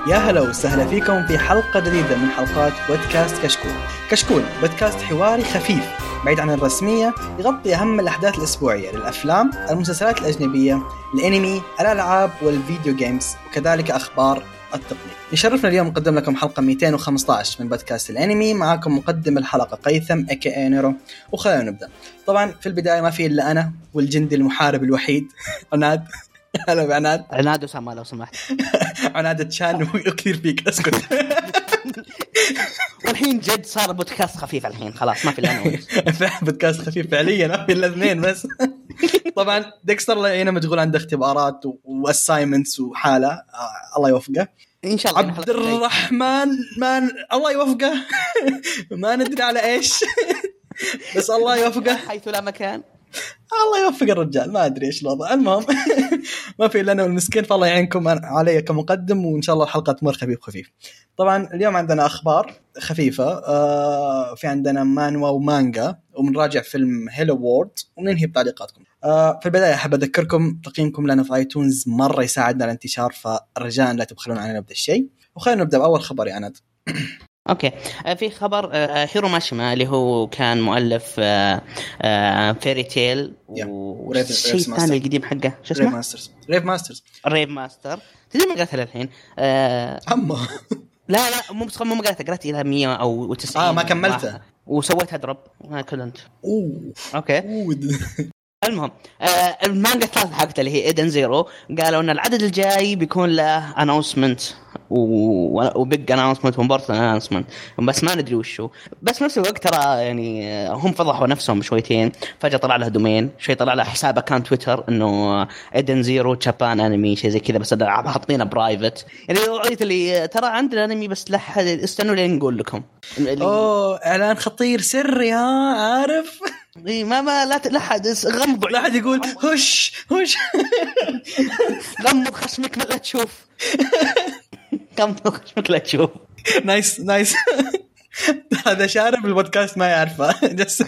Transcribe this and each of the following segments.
يا هلا وسهلا فيكم في حلقة جديدة من حلقات بودكاست كشكول. كشكول بودكاست حواري خفيف بعيد عن الرسمية، يغطي أهم الأحداث الأسبوعية للأفلام، المسلسلات الأجنبية، الأنمي، الألعاب والفيديو جيمز، وكذلك أخبار التقنية. يشرفنا اليوم نقدم لكم حلقة 215 من بودكاست الأنمي. معكم مقدم الحلقة قيثم AKA نيرو، وخلينا نبدأ. طبعا في البداية ما في إلا أنا والجندي المحارب الوحيد عناد. هلا بعناد. عناد وسامة لو سمحت. عناد تشان ويكثير فيك اسكت. والحين جد صار بودكاست خفيف الحين خلاص ما في الا بودكاست خفيف فعليا ما في الا اثنين بس. طبعا ديكستر لقينا مشغول عنده اختبارات واسايمنتس وحاله، الله يوفقه ان شاء الله. عبد الرحمن ما الله يوفقه. ما ندري على ايش بس الله يوفقه حيث لا مكان. الله يوفق الرجال، ما أدري إيش الوضع. المهم ما في إلا أنا والمسكين، فالله يعينكم علي كمقدم، وإن شاء الله الحلقة تمر خفيف. طبعا اليوم عندنا أخبار خفيفة، في عندنا مانوا ومانجا، ومنراجع فيلم هيلو وورد، وننهي بتعليقاتكم. في البداية أحب أذكركم تقييمكم لنا في آيتونز مرة يساعدنا على الانتشار، فرجاء لا تبخلون علينا بهذا الشيء. وخلينا نبدأ بأول خبر يا أناد. اوكي، في خبر هيرو ماشيما اللي هو كان مؤلف فيري تيل والشيء الثاني القديم حقه شو اسمه؟ ريف ماستر. تدري ما قرأتها للحين؟ أما لا مو بس ما قرأت إلى 100 أو 90. ما كملتها وسويتها درب ما كنت. اوكي. المهم المانجا الثالثة حقتها اللي هي إيدن زيرو قالوا أن العدد الجاي بيكون له أناونسمنت وبيج أناونسمنت ومبارت أناونسمنت، بس ما ندري وشو. بس نفس الوقت ترى يعني هم فضحوا نفسهم شويتين. فجأة طلع له دومين، شوي طلع له حسابه كان تويتر إنه إيدن زيرو جابان أنمي شيء زي كذا، بس حاطينه برايفت. يعني قلت اللي ترى عندنا أنمي بس لح استنوا لين نقول لكم. إعلان خطير سري، ها عارف. إيه ما لا حد غمض، لا حد يقول هش غمض خشمك لا تشوف. غمض خشمك لا تشوف. نايس. هذا شارب البودكاست ما يعرفه.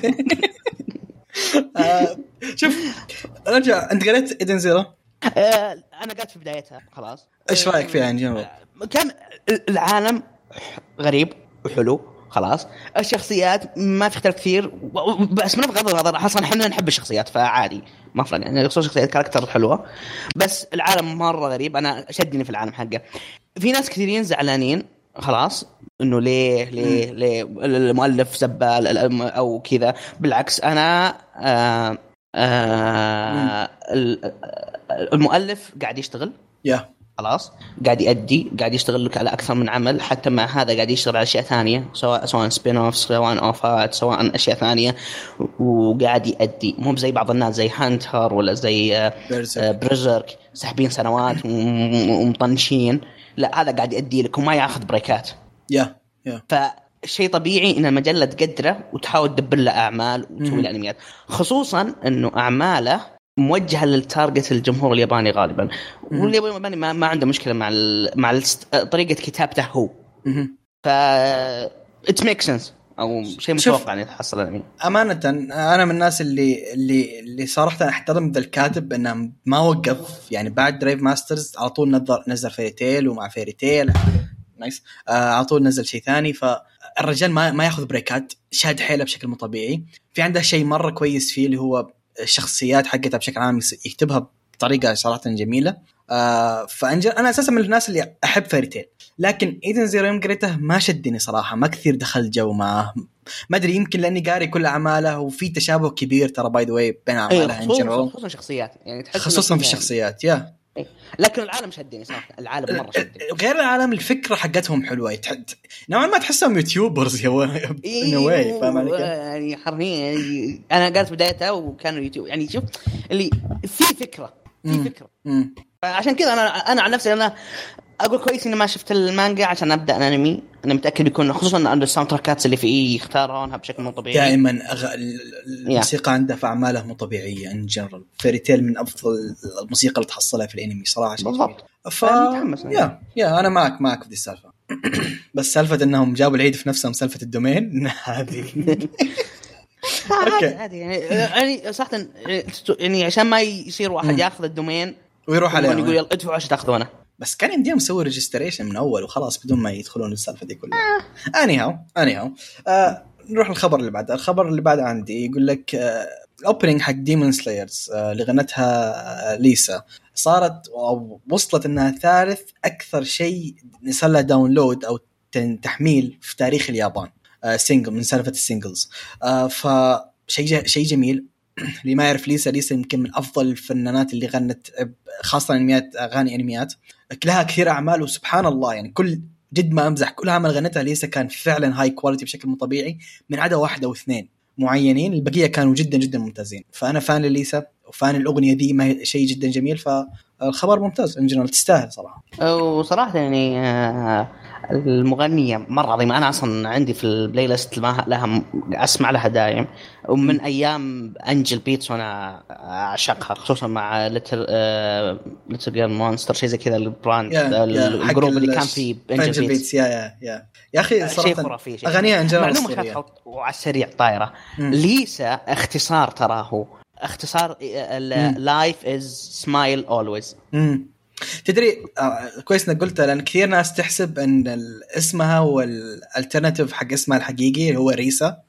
شوف رجع، انت قريت إيدن زيرو؟ انا قرأت في بدايتها خلاص. ايش رايك فيها ان جنرال؟ كان العالم غريب وحلو خلاص. الشخصيات ما في اختلاف كثير، بس من بغض النظر اصلا احنا نحب الشخصيات فعادي ما فرق، يعني شخصيات كاركتر حلوه، بس العالم مره غريب. انا شدني في العالم حقه. في ناس كثيرين زعلانين خلاص انه ليه المؤلف زبال او كذا. بالعكس انا المؤلف قاعد يشتغل خلاص، قاعد يأدي، قاعد يشتغل لك على أكثر من عمل. حتى مع هذا قاعد يشتغل على أشياء ثانية، سواء سبين أوف، سواء أوفات، سواء أشياء ثانية، وقاعد يأدي. مو زي بعض الناس زي هانتر ولا زي بريزرك سحبين سنوات ومطنشين. لا هذا قاعد يأدي لك وما يأخذ بريكات. فشيء طبيعي إن المجلة تقدره وتحاول تدبر له أعمال وتسوي له أنميات، خصوصا إنه أعماله موجهة للتارجت الجمهور الياباني غالبا. والياباني ما عنده مشكلة مع طريقة كتابته هو. it makes sense أو شيء متوقع أن يتحصل يعني. أمانة أنا من الناس اللي صراحة أحترم ذا الكاتب إنه ما وقف، يعني بعد دريف ماسترز على طول نزل فيري تيل، ومع فيري تيل نايس على طول نزل شيء ثاني. فالرجال ما يأخذ بريكات، شاد حيله بشكل مو طبيعي. في عنده شيء مرة كويس فيه اللي هو الشخصيات حقتها بشكل عام يكتبها بطريقة صراحة جميلة. أنا أساسا من الناس اللي أحب فيري تيل، لكن إيدن زيرو يوم قريته ما شدني صراحة، ما كثير دخل جو معه. ما أدري يمكن لأني قاري كل أعماله، وفي تشابه كبير ترى باي ذا واي بين أعمالها خصوصا شخصيات، يعني خصوصا في الشخصيات لكن العالم شدني صراحة، العالم مرة شدني. غير العالم الفكرة حقتهم حلوة، نوعا ما تحسهم يوتيوبرز إيه فاهم عليك؟ يعني حرفيا يعني أنا قلت بدايتها وكانوا يوتيوب، يعني شوف اللي في فكرة عشان كذا أنا عن نفسي أنا أقول كويس إني ما شفت المانجا عشان أبدأ أنمي. أنا متأكد يكون خصوصا أن الساوند تراكات اللي فيه يختارونها بشكل مو طبيعي. دائما الموسيقى عنده في أعماله مو طبيعية إن جنرال. فيري تيل من أفضل الموسيقى اللي تحصلها في الأنمي صراحة. بالضبط. أنا معك في دي السالفة. بس سالفة إنهم جابوا العيد في نفسهم، سالفة الدومين هذه. يعني صراحة يعني عشان ما يصير واحد ياخذ الدومين ويروح عليه يقول يلا ادفعوا عشان تاخذونه. بس كان يمديهم يسوي ريجستريشن من اول وخلاص بدون ما يدخلون السالفه دي كلها. اني هاو نروح الخبر اللي بعده. الخبر اللي بعده عندي يقول لك الاوبننج حق ديمون سلايرز اللي غنتها ليسا صارت او وصلت انها ثالث اكثر شيء نسوي له داونلود او تحميل في تاريخ اليابان سينجل من سالفه السينجلز. فشيء جميل. اللي ما يعرف ليسا يمكن من افضل الفنانات اللي غنت خاصه انميات اغاني انميات لها كثير اعمال وسبحان الله يعني كل جد ما امزح كل عمل غنتها ليسا كان فعلا هاي كواليتي بشكل مو طبيعي من عدا واحد او اثنين معينين البقيه كانوا جدا جدا ممتازين. فانا فان لليسا وفان الاغنيه دي ما شيء جدا جميل. فالخبر ممتاز ان جنرال تستاهل صراحه. وصراحه يعني المغنيه مره عظيمه. انا اصلا عندي في البلاي ليست لها اسمع لها دايم ومن ايام انجل بيتس وانا اعشقها خصوصا مع ليتل جيرل مونستر شيء زي كذا البراند الجروب اللي كان فيه انجل بيتس. يا اخي صراحه اغانيها ان جنرال معلومه وعلى السريع طايره. ليسا اختصار تراه اختصار لايف از سمايل اولويز. تدري كويس انك قلتها لان كثير ناس تحسب ان اسمها والالترناتيف حق اسمها الحقيقي هو ريسا.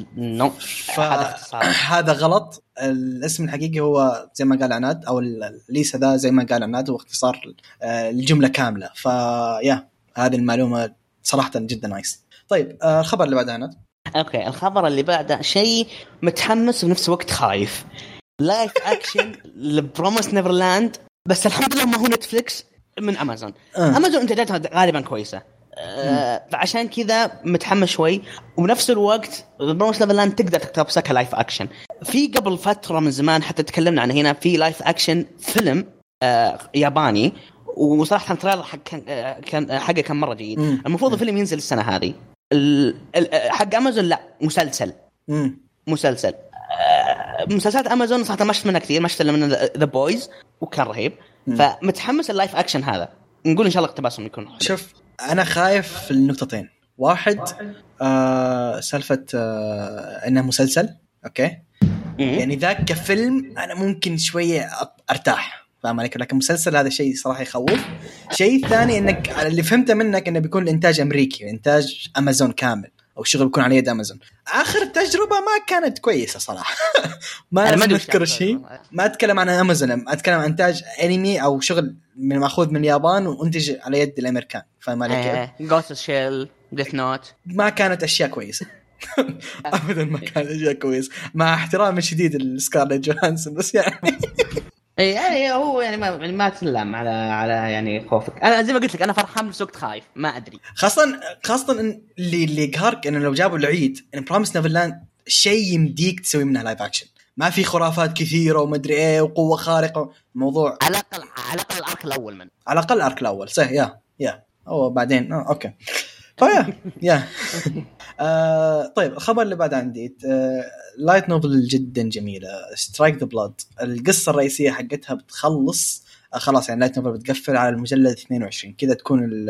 هذا غلط. الاسم الحقيقي هو زي ما قال عناد او ليسا ذا زي ما قال عناد هو اختصار الجمله كامله. فيا هذه المعلومه صراحه جدا نايس. طيب الخبر اللي بعده عناد. اوكي الخبر اللي بعده شيء متحمس وبنفس الوقت خايف. لايف اكشن لبروميس نيفرلاند بس الحمد لله ما هو نتفليكس من امازون. امازون انتاجاتها غالبا كويسه فعشان كذا متحمس شوي. وبنفس الوقت بروميس نيفرلاند تقدر تكتبها كلايف اكشن. في قبل فتره من زمان حتى تكلمنا عن هنا في لايف اكشن فيلم ياباني وصراحه ترى كان حاجه كان مره جيد. المفروض الفيلم ينزل السنه هذه. حق امازون لا مسلسل مسلسلات امازون صراحه ما شفت منها كثير. ما شفت من ذا بويز وكان رهيب. فمتحمس اللايف اكشن هذا نقول ان شاء الله اقتباسهم يكون حلو. شوف انا خايف في النقطتين. واحد سالفه انه مسلسل اوكي يعني ذاك كفيلم انا ممكن شويه ارتاح فاهم عليك لكن مسلسل هذا شيء صراحه يخوف. شيء ثاني انك اللي فهمته منك انه بيكون الانتاج امريكي انتاج امازون كامل او شغل بيكون على يد امازون. اخر تجربه ما كانت كويسه صراحه. ما اذكر شيء. ما اتكلم عن امازون اتكلم عن انتاج انمي او شغل من ماخوذ من اليابان وانتج على يد الامريكان فاهم عليك. جوست شيل ديث نوت ما كانت اشياء كويسه. ابدا ما كانت اشياء كويسه مع احترامي الشديد لسكارليت جوهانسون بس يعني اي هو يعني ما تلام على يعني خوفك. انا زي ما قلت لك انا فرحان بس وقت خايف ما ادري خاصه ان اللي قهرك انه لو جابوا العيد ان بروميس نيفرلاند شيء يمديك تسوي منها لايف اكشن. ما في خرافات كثيره وما ادري ايه وقوه خارقه. الموضوع على الاقل الارك الاول من على الاقل الارك الاول صح يا هو بعدين اوكي يا طيب الخبر اللي بعد عندي لايت نوفل جدا جميله سترايك ذا بلاد. القصه الرئيسيه حقتها بتخلص خلاص يعني لايت نوفل بتقفل على المجلد 22 كذا تكون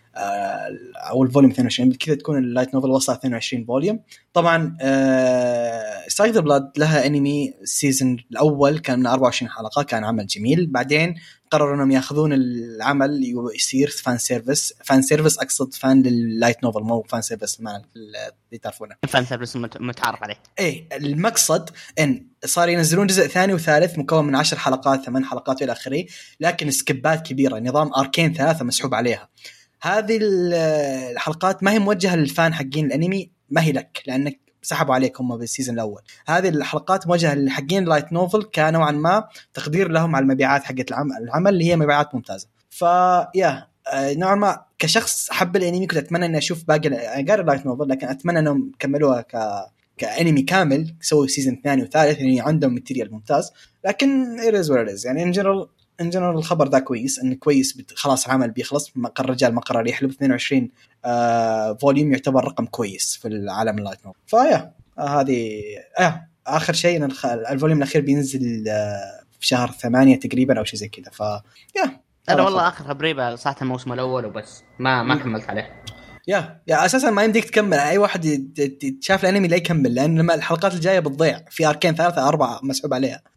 او الفوليوم 22 كذا تكون اللايت نوفل وصل 22 فوليوم. طبعا سترايك ذا بلاد لها انمي السيزون الاول كان من 24 حلقه كان عمل جميل. بعدين قرروا انهم ياخذون العمل يصير فان سيرفيس اقصد فان لللايت نوفل مو فان سيرفيس ما اللي تعرفونه فان سيرفيس متعارف عليه. ايه المقصد ان صار ينزلون جزء ثاني وثالث مكون من 10 حلقات 8 حلقات الى اخره لكن سكيبات كبيره نظام اركين 3 مسحوب عليها. هذه الحلقات ما هي موجهه للفان حقين الانمي ما هي لك لانك سحبوا عليك هم بالسيزن الاول. هذه الحلقات موجهه للحقين لايت نوفل كنوعا ما تقدير لهم على المبيعات حقت العمل اللي هي مبيعات ممتازه. فيا نوعا ما كشخص حب الانمي كنت اتمنى اني اشوف باقي قاري لايت نوفل لكن اتمنى انهم يكملوها كانمي كامل يسوي سيزن ثاني وثالث يعني عندهم ماتيريال ممتاز. لكن it is what it is يعني ان جنرال الخبر ده كويس انه كويس خلاص العمل بيخلص الرجال ما قرر يحلب 22 فوليوم يعتبر رقم كويس في العالم اللايت نوفل. فيا هذه اخر شيء ان الفوليوم الاخير بينزل في شهر 8 تقريبا او شيء زي كذا. فيا انا والله اخر بريبه صارت الموسم الاول وبس ما كملت عليه. يا اساسا ما يمديك تكمل. اي واحد شاف الانمي لا يكمل لان لما الحلقات الجايه بتضيع في اركين 3 4 مسحوب عليها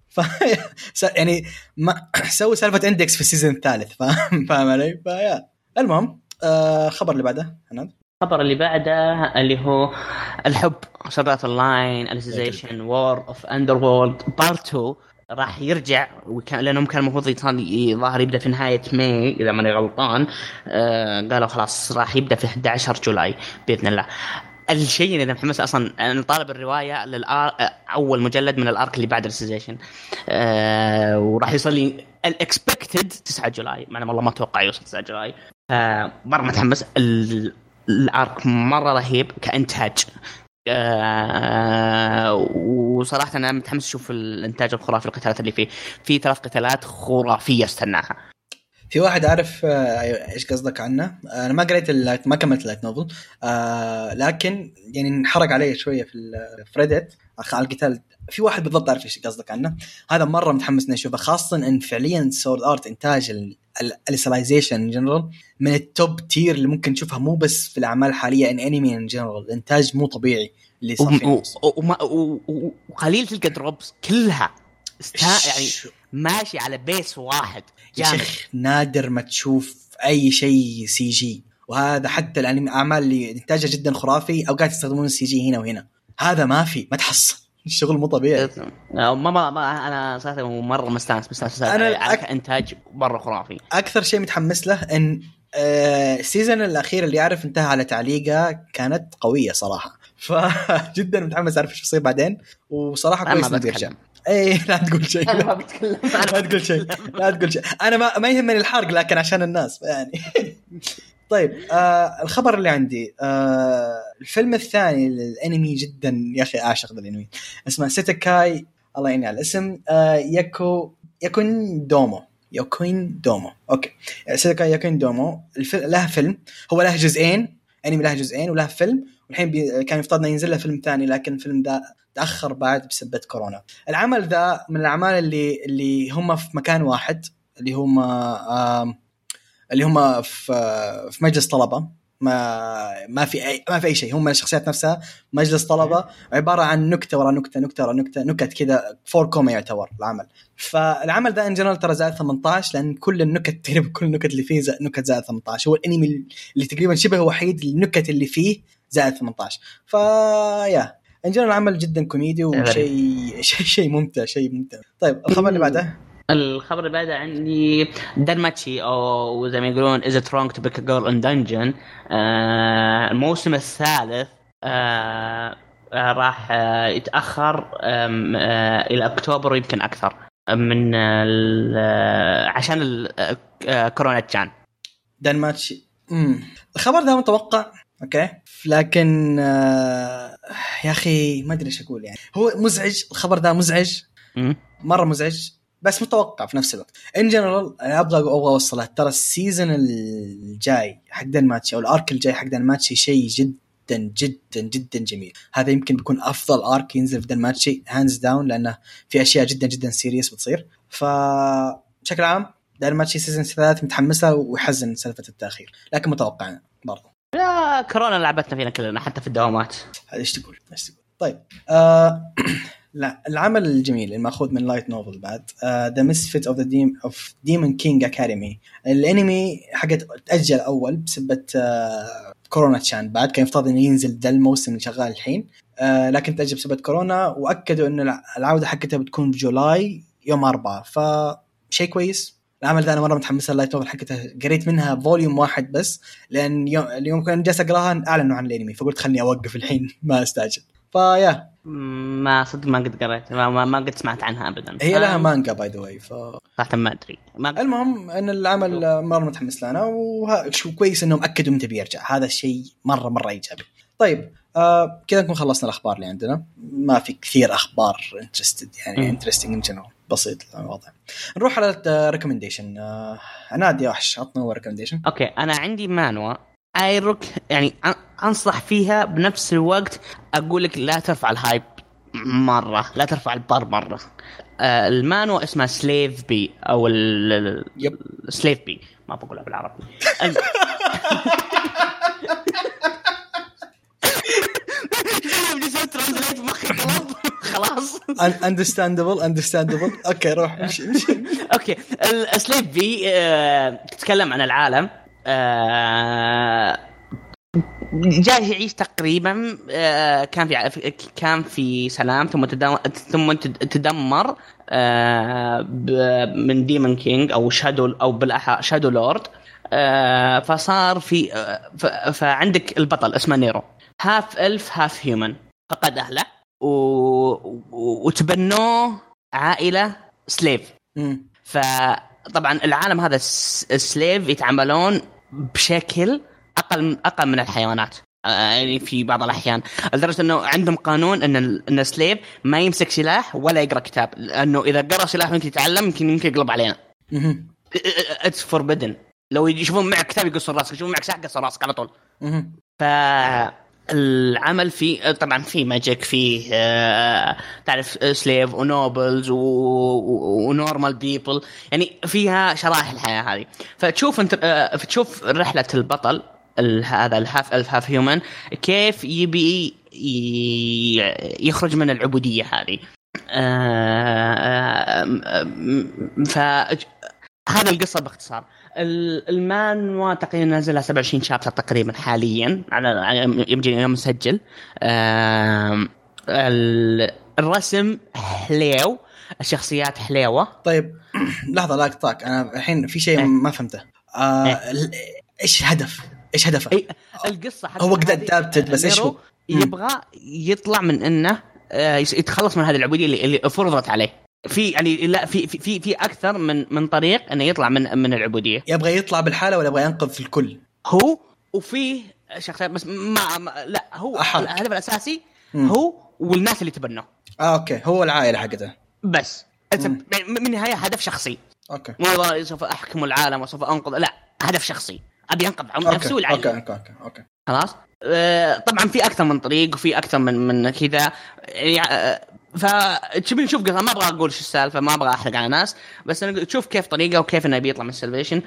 يعني ما سووا سالفه اندكس في السيزون الثالث، فاهم علي؟ فيا المهم خبر اللي بعده هنا. الخبر اللي بعده اللي هو الحب صدات اللاين اليزيشن وور اوف اندر وورلد بارت 2 راح يرجع، لانهم كان المفروض ظاهر يبدا في نهايه ماي اذا ماني غلطان. قالوا خلاص راح يبدا في 11 جولاي باذن الله. الشيء اللي انا متحمس اصلا انا طالب الروايه اول مجلد من الارك اللي بعد السيزيشن، وراح يوصل لي الاكسبكتد 9 جولاي، مع والله ما اتوقع يوصل 9 جولاي. مره متحمس. الارك مره رهيب كانتاج، وصراحه انا متحمس اشوف الانتاج الخرافي، القتالات اللي فيه، في 3 قتالات خرافيه استناها. في واحد عارف ايش قصدك عنه؟ انا ما قريت ما كملت اللايت نوفل، لكن يعني انحرق علي شويه في الريدت على القتال. في واحد بالضبط عارف ايش قصدك عنه، هذا مره متحمس نشوفه، خاصه ان فعليا سورد ارت انتاج الاليسلايزيشن ان جنرال من التوب تير اللي ممكن تشوفها، مو بس في الاعمال الحاليه ان انمي ان جنرال. الانتاج مو طبيعي اللي صار فيه، وقليل تلقى دروبس كلها يعني ماشي على بيس واحد جامد. نادر ما تشوف اي شيء سي جي، وهذا حتى الاعمال اللي انتاجها جدا خرافي اوقات يستخدمون السي جي هنا وهنا، هذا ما تحصل. الشغل مو طبيعي. ما انا صراحه مره مستانس على انتاج مره خرافي. اكثر شيء متحمس له ان السيزون الاخير اللي يعرف انتهى على تعليقه كانت قويه صراحه، فجدا متحمس اعرف ايش يصير بعدين. وصراحه كويس انه بيرجع. ايه لا تقول شيء، انا ما بتكلم، لا تقول شيء. انا ما يهمني الحرق، لكن عشان الناس يعني. طيب الخبر اللي عندي الفيلم الثاني الانمي، جدا يا اخي اعشق الانمي، اسمه سيتاكاي، الله يعيني على الاسم، يكون دومو. اوكي، سيتاكاي يكون دومو. له فيلم، هو له جزئين، انمي له جزئين وله فيلم، والحين كان يفترض انه ينزل له فيلم ثاني، لكن الفيلم ده تاخر بعد بسبب كورونا. العمل ذا من الاعمال اللي هم في مكان واحد، اللي هم في مجلس طلبه، ما في اي شيء، هم الشخصيات نفسها مجلس طلبه، عباره عن نكته ورا نكته نكت كذا، 4 كوما يعتبر العمل. فالعمل ده ان جنرال ترى زائد 18، لان كل النكت تقريبا كل النكت اللي فيه نكت زائد 18. هو الانمي اللي تقريبا شبه وحيد النكت اللي فيه زائد 18. فيا ان جنرال العمل جدا كوميدي وشيء ممتع، طيب الخبر اللي بعده. الخبر اللي بعده عندي دانماتشي، او زي ما يقولون is it wrong to pick a girl in dungeon. الموسم الثالث راح يتأخر إلى أكتوبر، يمكن أكثر من عشان كورونا كان. دانماتشي الخبر ده متوقع، اوكي، لكن يا اخي ما ادري ايش اقول، يعني هو مزعج، الخبر ده مزعج، مره مزعج، بس متوقع في نفس الوقت. ان جنرال انا ابغى اوصلها، ترى السيزون الجاي حق دانماتشي او الارك الجاي حق دانماتشي شيء جدا جدا جدا جميل. هذا يمكن بيكون افضل ارك ينزل في دانماتشي هاندز داون، لانه في اشياء جدا جدا سيريس بتصير. فبشكل عام دانماتشي سيزون 3 متحمسه، ويحزن سالفه التاخير، لكن متوقع برضه. لا كورونا لعبتنا فينا كلنا حتى في الدوامات. هذا ايش تقول؟ طيب لا، العمل الجميل المأخوذ من لايت نوفل بعد، The Misfits of Demon King Academy. الانمي حقه تأجل اول بسبب كورونا كان، بعد كان يفترض انه ينزل ذا الموسم اللي شغال الحين، لكن تأجل بسبب كورونا، واكدوا انه العودة حقتها بتكون في جولاي يوم 4. فشيء كويس. العمل ذا انا مره متحمس اللايت نوفل حقتها، قريت منها فوليوم واحد بس، لان اليوم كنت جالس اقراها اعلنوا عن الانمي، فقلت خلني اوقف الحين ما استعجل. فيا ما صدق ما قد قريت، ما قد سمعت عنها ابدا. هي لها مانجا باي ذا واي، صراحه ما ادري. المهم ان العمل مره متحمس لنا، وشو كويس انهم اكدوا متى بيرجع، هذا الشيء مره ايجابي. طيب كذا نكون خلصنا الاخبار اللي عندنا، ما في كثير اخبار انترستينج ان جنرال، بسيط الوضع. نروح على الريكومنديشن. عناد يا وحش، عطنا ريكومنديشن. اوكي، انا عندي مانوا يعني انصح فيها، بنفس الوقت اقول لك لا ترفع الهايب مره، لا ترفع البار مره. المانوا اسمها سليف بي او سليف بي، ما بقولها بالعربي. خلاص. understandable. اوكي روح امشي. اوكي السليف بي تتكلم عن العالم جاي يعيش تقريبا كان في سلام ثم تدمر من ديمون كينج او شادو او بالاحرى شادو لورد. فصار في فعندك البطل اسمه نيرو هاف ألف هاف هيومن فقد أهله وتبنوه عائلة سليف. فطبعا العالم هذا السليف يتعاملون بشكل أقل من الحيوانات يعني في بعض الأحيان لدرجة أنه عندهم قانون أن السليف ما يمسك سلاح ولا يقرأ كتاب لأنه إذا قرأ سلاح ممكن يتعلم يمكن يقلب علينا. It's forbidden. لو يشوفون معك كتاب يقصر راسك يشوفون معك ساعة قصر راسك على طول. فالعمل في طبعا في ماجيك فيه تعرف سليف ونوبلز ونورمال بيبل يعني فيها شرائح الحياة هذه. فتشوف انت فتشوف رحلة البطل هذا الهاف ألف هاف هيومن كيف يبي يخرج من العبودية هذه. فهذا القصة باختصار. المانوا تقريبا نزلها 27 شابتر تقريبا حاليا على يوم مسجل. الرسم حليو الشخصيات حليوة. طيب لحظة لا أقطعك أنا الحين في شيء ما فهمته. إيش هدفه القصة هو قد أدابتد بس إيش هو يبغى يطلع من إنه يتخلص من هذه العبودية اللي فرضت عليه. في يعني لا في اكثر من طريق انه يطلع من العبوديه. يبغى يطلع بالحاله ولا يبغى ينقذ في الكل هو وفيه شخصيات بس لا هو الهدف الاساسي هو والناس اللي تبنوه. اوكي هو العائله حقته بس من النهايه هدف شخصي. اوكي مو سوف احكم العالم وسوف انقذ لا هدف شخصي ابي انقذ نفسي والعالم. اوكي خلاص. طبعا في اكثر من طريق وفي اكثر من كذا فتبي نشوف قصة. ما أبغى أقول شو السالفة ما أبغى أحرق على ناس بس أنا تشوف كيف طريقة وكيف إنه بيطلع من السلفيشن.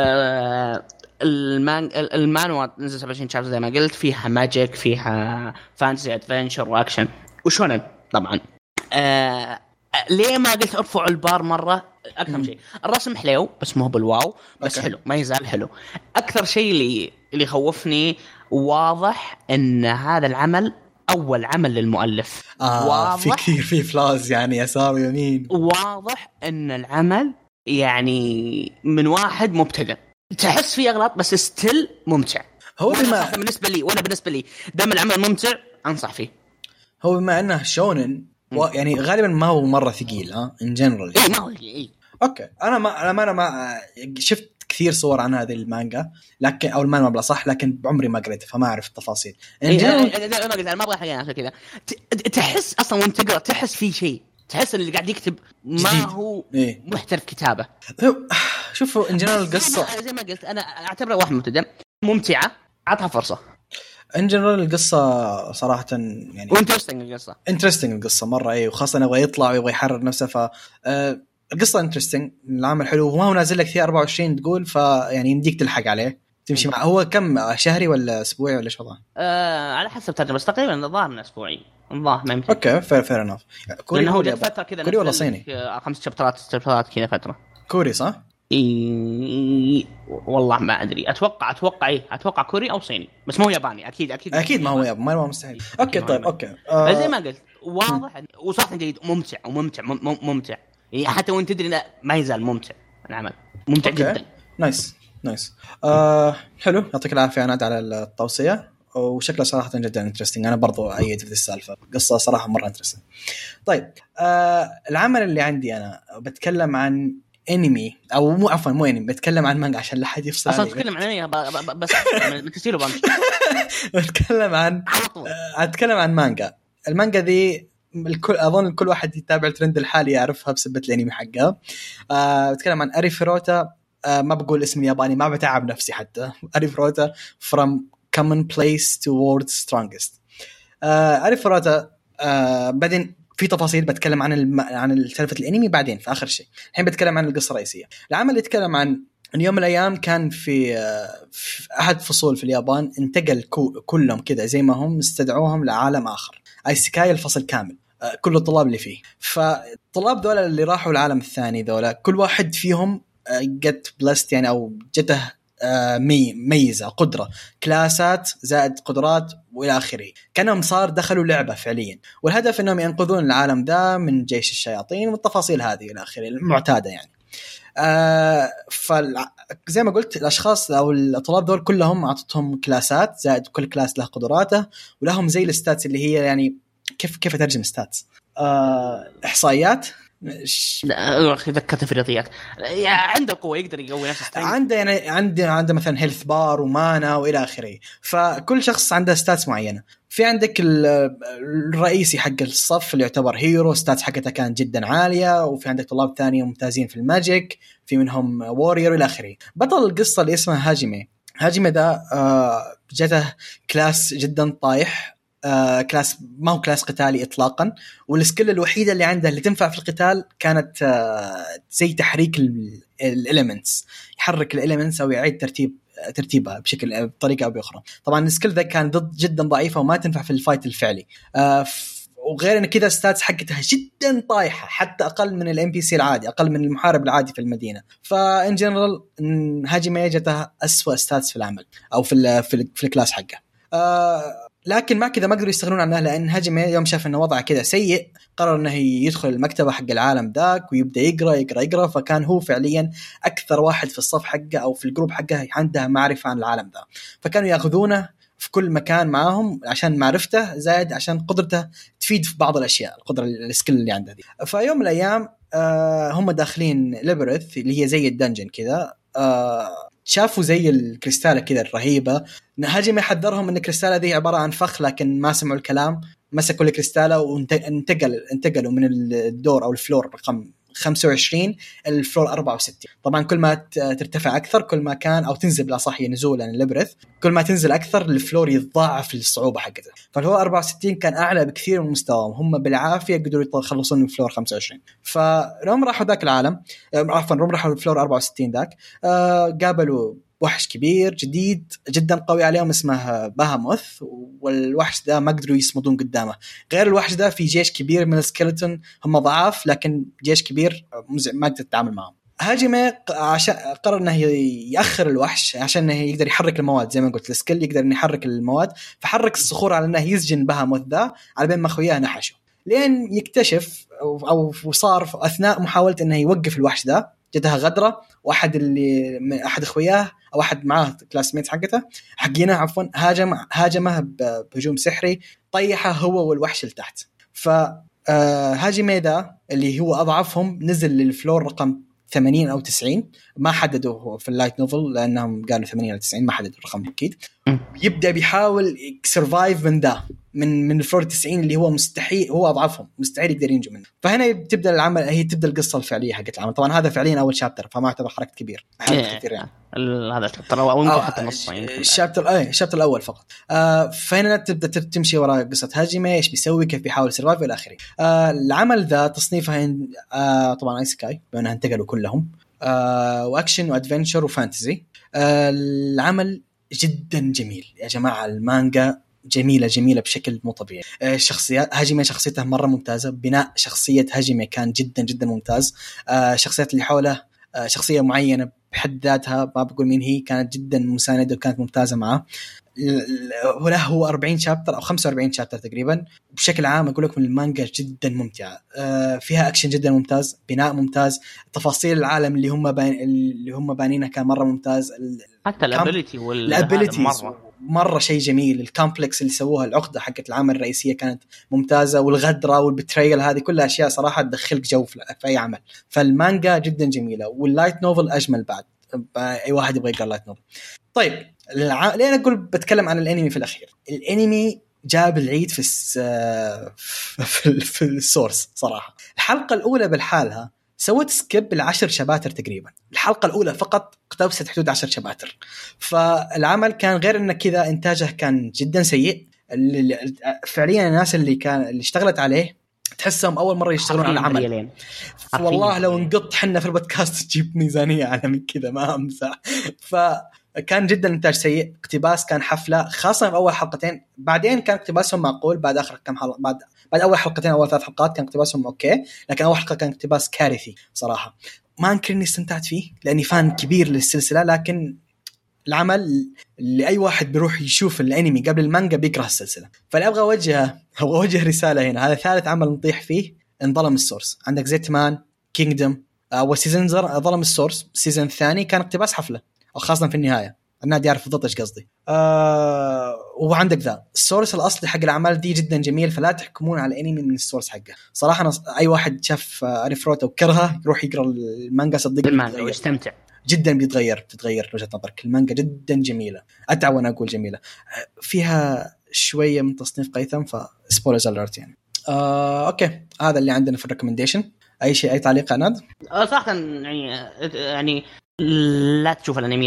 المانوا نزل 27 شابتر زي ما قلت فيها ماجيك فيها فانتسي أدفنشر وأكشن وشونن طبعا. ليه ما قلت أرفعوا البار مرة أكثر شيء الرسم حلو بس مو بالواو بس حلو ما يزال حلو. أكثر شيء اللي خوفني واضح إن هذا العمل أول عمل للمؤلف. في كثير في فلاز يعني يسار ويمين. واضح أن العمل يعني من واحد مبتدئ تحس فيه أغلاط بس ستيل ممتع. هو بالنسبة لي دام العمل ممتع أنصح فيه. هو بما أنه شونن يعني غالبا ما هو مرة ثقيل إن جنرال. ما هو أوكي أنا ما شفت كثير صور عن هذه المانجا لكن او المانجا بلا صح لكن بعمري ما قريتها فما اعرف التفاصيل. انا ما ابغى حاجه عشان كذا تحس اصلا وانت تقرا تحس في شيء تحس اللي قاعد يكتب ما جديد. هو محترف كتابه. شوفوا ان جنرال القصه زي ما قلت انا اعتبره واحد مبتدئ ممتعه اعطها فرصه. ان جنرال القصه صراحه يعني انترستينج القصه مره وخاصه يبغى يطلع ويبغى يحرر نفسه ف القصة انترستينج العمل حلو وما هو نازل لك فيه 24 تقول فيعني يمديك تلحق عليه تمشي معه. هو كم شهري ولا اسبوعي ولا شو وضعه؟ على حسب ترجمة بس تقريبا الظاهر اسبوعي الظاهر ما يمكن. اوكي فير انف. كوري هو فترة كذا كوري ولا صيني؟ 5 شابترات كذا فترة. كوري صح؟ والله ما ادري اتوقع كوري او صيني بس مو ياباني اكيد ما هو ياباني ما هو مستحيل. اوكي طيب اوكي زي ما قلت واضح وصراحة جديد ممتع حتى وانت تدري لا ما يزال ممتع العمل ممتع جدا. نايس حلو يعطيك العافية عناد على التوصية وشكله صراحة جدا انترستينج. أنا برضو أيد في السالفة قصة صراحة مرة انترستينج. طيب العمل اللي عندي أنا بتكلم عن انمي او مو عفوا مو انمي بتكلم عن مانجا عشان لا حد يفصل اصلا تتكلم عن انمي بس بتسيره بمشي. اتكلم عن مانجا. المانجا ذي الكل أظن كل واحد يتابع الترند الحالي يعرفها بسبة الأنمي حقها. بتكلم عن أريفروتا. ما بقول اسم الياباني ما بتعب نفسي حتى. أريفروتا from commonplace to world's strongest. أريفروتا بعدين في تفاصيل بتكلم عن سالفة الأنمي بعدين في آخر شيء. الحين بتكلم عن القصة الرئيسية. العمل يتكلم عن يوم من الأيام كان في أحد فصول في اليابان انتقل كلهم كذا زي ما هم استدعوهم لعالم آخر. أيسيكاي الفصل كامل كل الطلاب اللي فيه. فالطلاب دول اللي راحوا العالم الثاني دول كل واحد فيهم جت بلست يعني أو جته ميزة قدرة كلاسات زائد قدرات وإلى آخره، كانهم صار دخلوا لعبة فعليا، والهدف أنهم ينقذون العالم ده من جيش الشياطين والتفاصيل هذه إلى آخره المعتادة يعني. فزي ما قلت الأشخاص أو الطلاب دول كلهم عطتهم كلاسات زائد كل كلاس له قدراته ولهم زي الستاتس اللي هي يعني كيف أترجم ستاتس إحصائيات. لا ذكرت في الرياضيات عنده قوة يقدر يقوي نفسه عنده يعني عنده مثلا هيلث بار ومانا وإلى آخره. فكل شخص عنده ستاتس معينة. في عندك الرئيسي حق الصف اللي يعتبر هيرو ستاتس حقته كانت جدا عالية، وفي عندك طلاب ثانية ممتازين في الماجيك، في منهم وورير إلى آخره. بطل القصة اللي اسمه هاجمي ده جته كلاس جدا طايح، كلاس ما هو كلاس قتالي إطلاقا، والسكيل الوحيدة اللي عنده اللي تنفع في القتال كانت زي تحريك الإليمنتس، يحرك الإليمنتس أو يعيد ترتيبها بطريقة أو بأخرى. طبعا السكيل ذا كان ضد جدا ضعيفة وما تنفع في الفايت الفعلي، وغير ان كذا ستاتس حقتها جدا طايحه، حتى اقل من الام بي سي العادي، اقل من المحارب العادي في المدينه. فان جنرال هاجمي جتها اسوأ ستاتس في العمل او في الكلاس حقه. لكن ما كذا ما قدروا يستغنون عنه، لان هاجمي يوم شاف انه وضعه كذا سيء قرر انه يدخل المكتبه حق العالم ذاك ويبدا يقرا. فكان هو فعليا اكثر واحد في الصف حقه او في الجروب حقه عنده معرفه عن العالم ذا، فكانوا ياخذونه في كل مكان معاهم عشان معرفته زائد عشان قدرته تفيد في بعض الاشياء، القدره السكيل اللي عنده دي. فيوم من الايام هم داخلين ليبرث اللي هي زي الدنجن كذا، شافوا زي الكريستالة كذا الرهيبة. هاجمي حذرهم ان الكريستالة دي عبارة عن فخ، لكن ما سمعوا الكلام، مسكوا الكريستالة وانتقلوا من الدور او الفلور رقم 25 الفلور 64. طبعا كل ما ترتفع اكثر كل ما كان، او تنزل لا صح نزولا الليبرث، كل ما تنزل اكثر الفلور يتضاعف الصعوبه حقته. فالفلور 64 كان اعلى بكثير من مستواهم، هم بالعافيه قدروا يخلصون من الفلور 25. فلما راحوا ذاك العالم، عفوا راحوا الفلور 64 ذاك، قابلوا وحش كبير جديد جدا قوي عليهم اسمه باهاموث، والوحش ده ما قدروا يصمدون قدامه. غير الوحش ده في جيش كبير من السكيلتون، هم ضعاف لكن جيش كبير ما قدر يتعامل معهم. هاجمي عشان قرر انه يأخر الوحش عشان انه يقدر يحرك المواد، زي ما قلت السكيل يقدر انه يحرك المواد، فحرك الصخور على انه يسجن باهاموث ذا على بين ما اخوياه نحشوا، لين يكتشف او صار اثناء محاولة انه يوقف الوحش ذا جدها غدرة، واحد اللي من احد اخوياه او احد معاه كلاسميت حقته حقينه عفوا هاجمه بهجوم سحري، طيحه هو والوحش اللي تحت. فهاجمي ذا اللي هو اضعفهم نزل للفلور رقم 80 او 90، ما حددوا في اللايت نوفل لانهم قالوا 80 او 90، ما حددوا الرقم اكيد. يبدا بيحاول سرفايف من ذا من الفلور 90 اللي هو مستحيل، هو اضعفهم مستحيل يقدر ينجو منه. فهنا تبدا العمل، هي تبدا القصه الفعليه حقت العمل. طبعا هذا فعليا اول شابتر، فما اعتبر حركه كبير كثير يعني. هذا الشابتر او يمكن حتى نص الشابتر الاول فقط. فهنا تبدا تمشي وراء قصه هاجمي، ايش بيسوي، كيف بيحاول سرفايف الى اخره. العمل ذا تصنيفه طبعا اي سكاي بانها انتقلوا كلهم، واكشن وادفنتشر وفانتزي. العمل جدا جميل يا جماعه، المانجا جميلة بشكل مو طبيعي. الشخصيات هاجمي شخصيته مرة ممتازة، بناء شخصية هاجمي كان جدا جدا ممتاز. شخصيات اللي حوله شخصية معينة بحد ذاتها ما بقول مين هي، كانت جدا مساندة وكانت ممتازة معه. هو 40 شابتر أو 45 شابتر تقريبا. بشكل عام أقول لكم المانجا جدا ممتعة، فيها أكشن جدا ممتاز، بناء ممتاز، تفاصيل العالم اللي هم بانينها كان مرة ممتاز، حتى الابيليتي مرة شيء جميل. الكومبلكس اللي سووها، العقدة حقت العمل الرئيسية كانت ممتازة، والغدرة والبتريال هذه كلها أشياء صراحة تدخلك جو في أي عمل. فالمانجا جدا جميلة، واللايت نوفل أجمل بعد، أي واحد يبغى يقرأ لايت نوفل. طيب لين أقول بتكلم عن الأنمي في الأخير. الأنمي جاب العيد في السورس صراحة. الحلقة الأولى بالحالها سويت سكيب 10 شباتر تقريبا، الحلقة الأولى فقط اقتبست حدود 10 شباتر. فالعمل كان غير إنه كذا إنتاجه كان جدا سيء. فعليا الناس اللي اشتغلت عليه تحسهم أول مرة يشتغلون على العمل. والله لو نقط حنا في البودكاست تجيب ميزانية على من كذا، ما أمزح. كان جدا إنتاج سيء، اقتباس كان حفلة، خاصة في أول حلقتين. بعدين كان اقتباسهم معقول بعد آخر كم حلقة، بعد أول حلقتين أول 3 حلقات كان اقتباسهم أوكي، لكن أول حلقة كان اقتباس كارثي صراحة. ما أنكر إني استمتعت فيه لأني فان كبير للسلسلة، لكن العمل اللي أي واحد بيروح يشوف الأنمي قبل المانجا بيكره السلسلة. فأنا أبغى أوجه رسالة هنا. هذا ثالث عمل نطيح فيه، انظلم السورس. عندك زيتمان كينجدم، أول سيزن ظلم السورس، السيزن الثاني كان اقتباس حفلة، أو خاصة في النهاية النادي يعرف بالضبط إيش قصدي. وعندك ذا السورس الأصلي حق الأعمال دي جدا جميل، فلا تحكمون على الأنمي من السورس حقه. صراحة أي واحد شاف أنيفروتا وكرهه يروح يقرأ المانجا، صدق المانجا ويستمتع جدا. بتتغير وجهة نظرك. المانجا جدا جميلة، أتعب وأنا أقول جميلة، فيها شوية من تصنيف قيثم، فسبويلرز أليرت يعني. أوكي، هذا اللي عندنا في الريكومنديشن. أي شيء، أي تعليق عناد؟ صراحة يعني لا تشوف الأنمي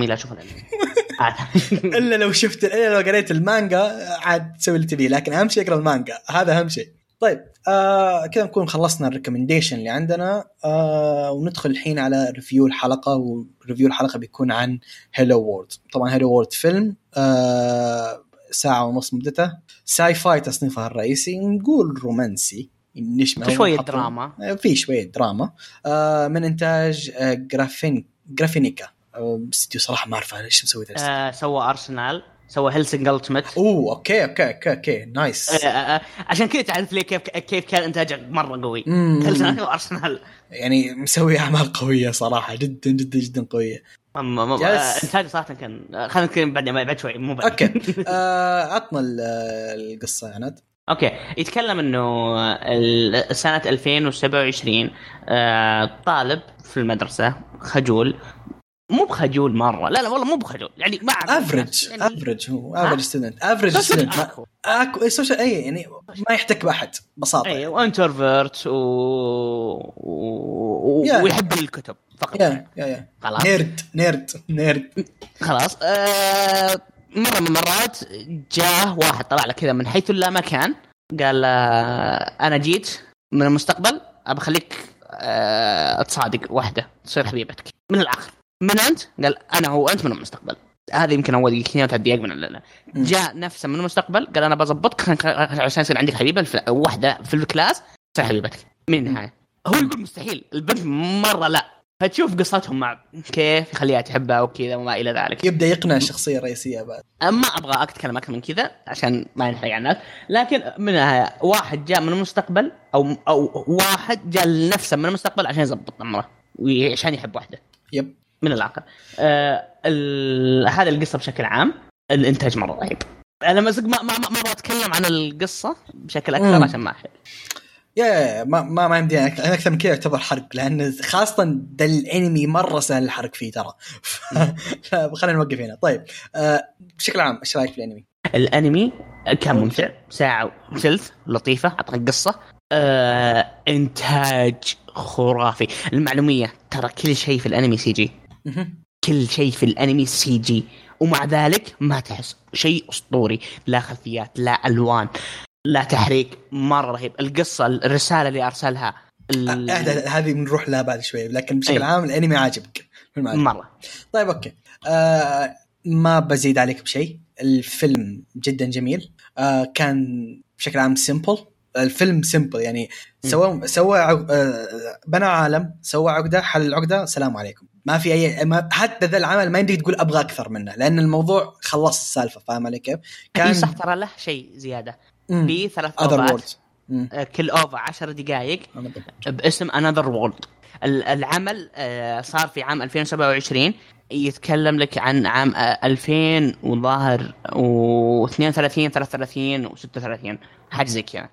إلا لو قريت المانجا عاد تسوي اللي تبيه، لكن أهم شيء اقرأ المانجا، هذا أهم شيء. طيب كذا نكون خلصنا الريكومنديشن اللي عندنا، وندخل الحين على ريفيو الحلقة. وريفيو الحلقة بيكون عن هيلو وورد. طبعا هيلو وورد فيلم 1.5 ساعة مدته، ساي فاي تصنيفها الرئيسي، نقول رومانسي، شوية دراما، في شوية دراما، من إنتاج جرافينيكا. استديو صراحة ما أعرف ليش مسوي ذا. سوى أرسنال، سوى هيلسنج ألتيميت. أوكي نايس. عشان كده تعرف ليه كيف كان إنتاجه مرة قوي. هيلسنج وأرسنال يعني مسوي أعمال قوية صراحة، جدا جدا جدا قوية. إنتاج صراحة كان. خلينا نتكلم بعد شوي، مو بعد. أوكي. عطنا القصة يا ند. اوكي، يتكلم انه سنة 2027 طالب في المدرسة خجول، مو بخجول مرة، لا والله مو بخجول، يعني ما افريج هو افريج ستودنت، افريج ستودنت اكو سوشيال يعني ما يحتك باحد ببساطة. اي وانتروفيرت ويحب الكتب فقط. يا خلاص نيرد خلاص. مرة من المرات جاء واحد طلع له كذا من حيث لا مكان، قال أنا جيت من المستقبل، أبى خليك تصادق واحدة تصير حبيبتك من الآخر. من أنت؟ قال أنا هو أنت من المستقبل. هذه يمكن أول دقيقتين وتعديق من الليلة. جاء نفسه من المستقبل قال أنا بضبطك عشان يصير عندك حبيبة واحدة في الكلاس تصير حبيبتك. من النهاية هو يقول مستحيل، البنت مرة لا. فتشوف قصتهم مع كيف يخليها تحبها وكذا وما إلى ذلك. يبدأ يقنع الشخصية الرئيسية بعد. ما أبغى أتكلم أكثر من كذا عشان ما ينحرق على الناس، لكن من النهاية واحد جاء من المستقبل أو واحد جاء لنفسه من المستقبل عشان يضبط أمره وعشان يحب واحدة. يب من الآخر هذا القصة بشكل عام. الإنتاج مرة رهيب. أنا ما أتكلم عن القصة بشكل أكثر عشان ما أحرق. ما يمدينا أكثر من كذا يعتبر حرق، لأن خاصة ده الأنمي مرة سهل الحرق فيه ترى. خلينا نوقف هنا. طيب بشكل عام إيش رأيك في الأنمي؟ الأنمي كان ممتع، 1.5 ساعة لطيفة، أعطاك قصة، إنتاج خرافي. المعلومية ترى كل شيء في الأنمي سي جي، كل شيء في الأنمي سي جي، ومع ذلك ما تحس شيء أسطوري، لا خلفيات لا ألوان لا تحريك، مرة رهيب. القصة الرسالة اللي أرسلها هذه بنروح لها بعد شوي، لكن بشكل عام الأنمي عاجبك مرة. طيب أوكي، ما بزيد عليك بشيء. الفيلم جدا جميل، كان بشكل عام سيمبل. الفيلم سيمبل يعني سوى بنى عالم، سوى عقدة، حل العقدة، سلام عليكم. ما في أي حتى ذا العمل ما يمدي تقول أبغى أكثر منه، لأن الموضوع خلص السالفة. فاهم علي كيف؟ كان صح ترى له شيء زيادة في 3 أوفات، كل أوفا 10 دقائق باسم Another World. العمل صار في عام 2027، يتكلم لك عن عام 2000 وظاهر و32 33 و36 حاجة زي كذا،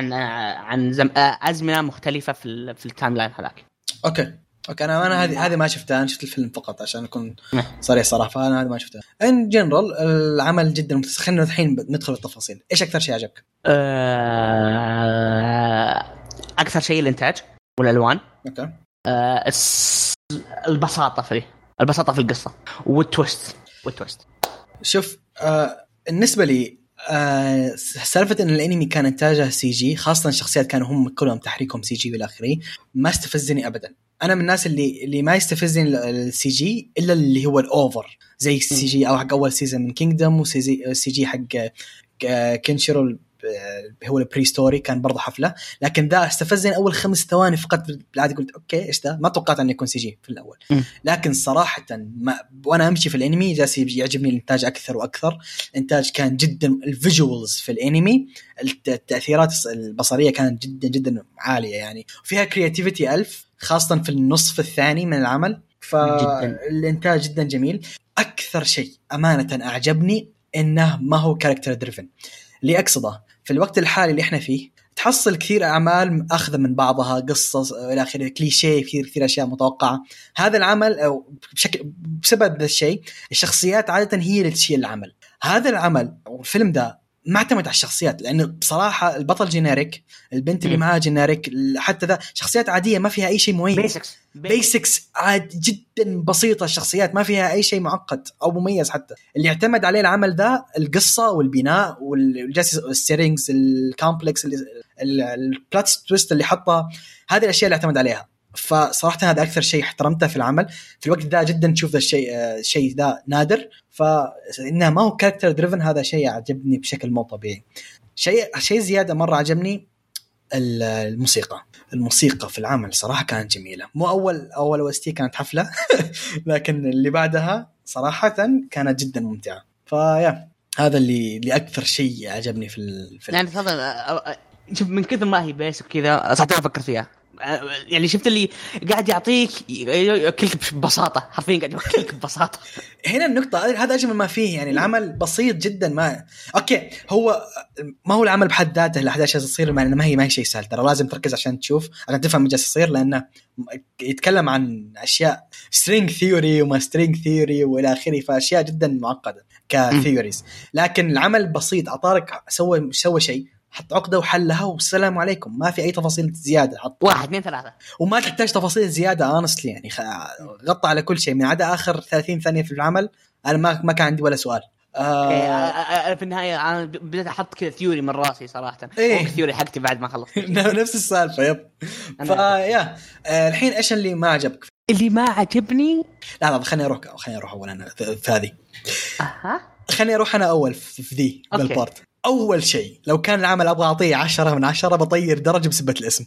عن أزمنة مختلفة في التايم لاين هذاك. اوكي انا هذه ما شفتها، انا شفت الفيلم فقط عشان اكون صريح صراحه، فانا هذه ما شفتها. ان جنرال العمل جدا ممتاز. خلينا الحين ندخل التفاصيل. ايش اكثر شيء عجبك؟ اكثر شيء الانتاج والالوان. اوكي. البساطه في القصه والتويست. شوف بالنسبه لي سالفة ان الانمي كان انتاجه سي جي، خاصة الشخصيات كانوا هم كلهم تحريكهم سي جي والآخري، ما استفزني ابدا. انا من الناس اللي ما يستفزني السي جي الا اللي هو الاوفر، زي السي جي او حق اول سيزون من كينجدم، وسي جي حق كينشيرو هو البري ستوري كان برضه حفله. لكن ذا استفزني اول 5 ثواني فقط، بالعاده قلت اوكي ايش ذا، ما توقعت انه يكون سي جي في الاول. لكن صراحه وانا امشي في الانمي جالس يعجبني الانتاج اكثر واكثر. الانتاج كان جدا، الفيجوالز في الانمي، التاثيرات البصريه كانت جدا جدا عاليه يعني، وفيها كرياتيفيتي 1000 خاصه في النصف الثاني من العمل. فالانتاج جدا جميل. اكثر شيء امانه اعجبني انه ما هو كاركتر دريفن. اللي أقصده في الوقت الحالي اللي إحنا فيه تحصل كثير أعمال أخذ من بعضها قصص إلى آخره، كليشيه، كثير أشياء متوقعة. هذا العمل أو بسبب ذا الشيء الشخصيات عادة هي اللي تشيل العمل. هذا العمل أو الفيلم ده ما اعتمد على الشخصيات، لأنه بصراحة البطل جينيريك، البنت اللي معها جينيريك، حتى ذا شخصيات عادية ما فيها أي شيء مميز، بيسكس عاد جدا بسيطة، الشخصيات ما فيها أي شيء معقد أو مميز. حتى اللي اعتمد عليه العمل ذا القصة والبناء والسيرينجز الكومبلكس، البلات تويست اللي حطها، هذه الأشياء اللي اعتمد عليها. فصراحة هذا أكثر شيء احترمته في العمل في الوقت ذا جدا. تشوف ذا الشيء ذا نادر، فإنه ما هو كاركتر دريفن، هذا شيء عجبني بشكل مو طبيعي. شيء زيادة مرة عجبني الموسيقى في العمل صراحة كانت جميلة. مو أول وستي كانت حفلة لكن اللي بعدها صراحة كانت جدا ممتعة. فيا هذا اللي أكثر شيء عجبني في الفيلم. يعني تفضل شوف، من كثر ما هي بيسك كذا صرت أفكر فيها، يعني شفت اللي قاعد يعطيك كلك ببساطة، حرفيا قاعد يأكلك ببساطة. هنا النقطة، هذا أجمل ما فيه يعني. العمل بسيط جدا، ما أوكي هو ما هو العمل بحد ذاته الأحداث تصير، ما هي شيء سهل ترى، لازم تركز عشان تشوف، عشان تفهم ايش يصير، لأنه يتكلم عن أشياء string theory وما string theory وإلى آخره، فأشياء جدا معقدة كثيوريز. لكن العمل بسيط، عطارك سوى شيء، حط عقدة وحلها والسلام عليكم، ما في أي تفاصيل زيادة، حط 1 2 3 وما تحتاج تفاصيل زيادة honestly يعني. غطى على كل شيء، من عدا آخر 30 ثانية في العمل أنا ما كان عندي ولا سؤال. في النهاية أنا بدأت أحط كذا ثيوري من راسي صراحة. ثيوري حقتي بعد ما خلصت نفس السالفة. يب فيا الحين إيش اللي ما عجبك؟ اللي ما عجبني، لا خليني أروح أولا في هذه. خليني أروح أنا أول في ذي بالبارت. أول شيء لو كان العمل أبغى أعطيه 10 من 10 بطير درجة بسبة الاسم.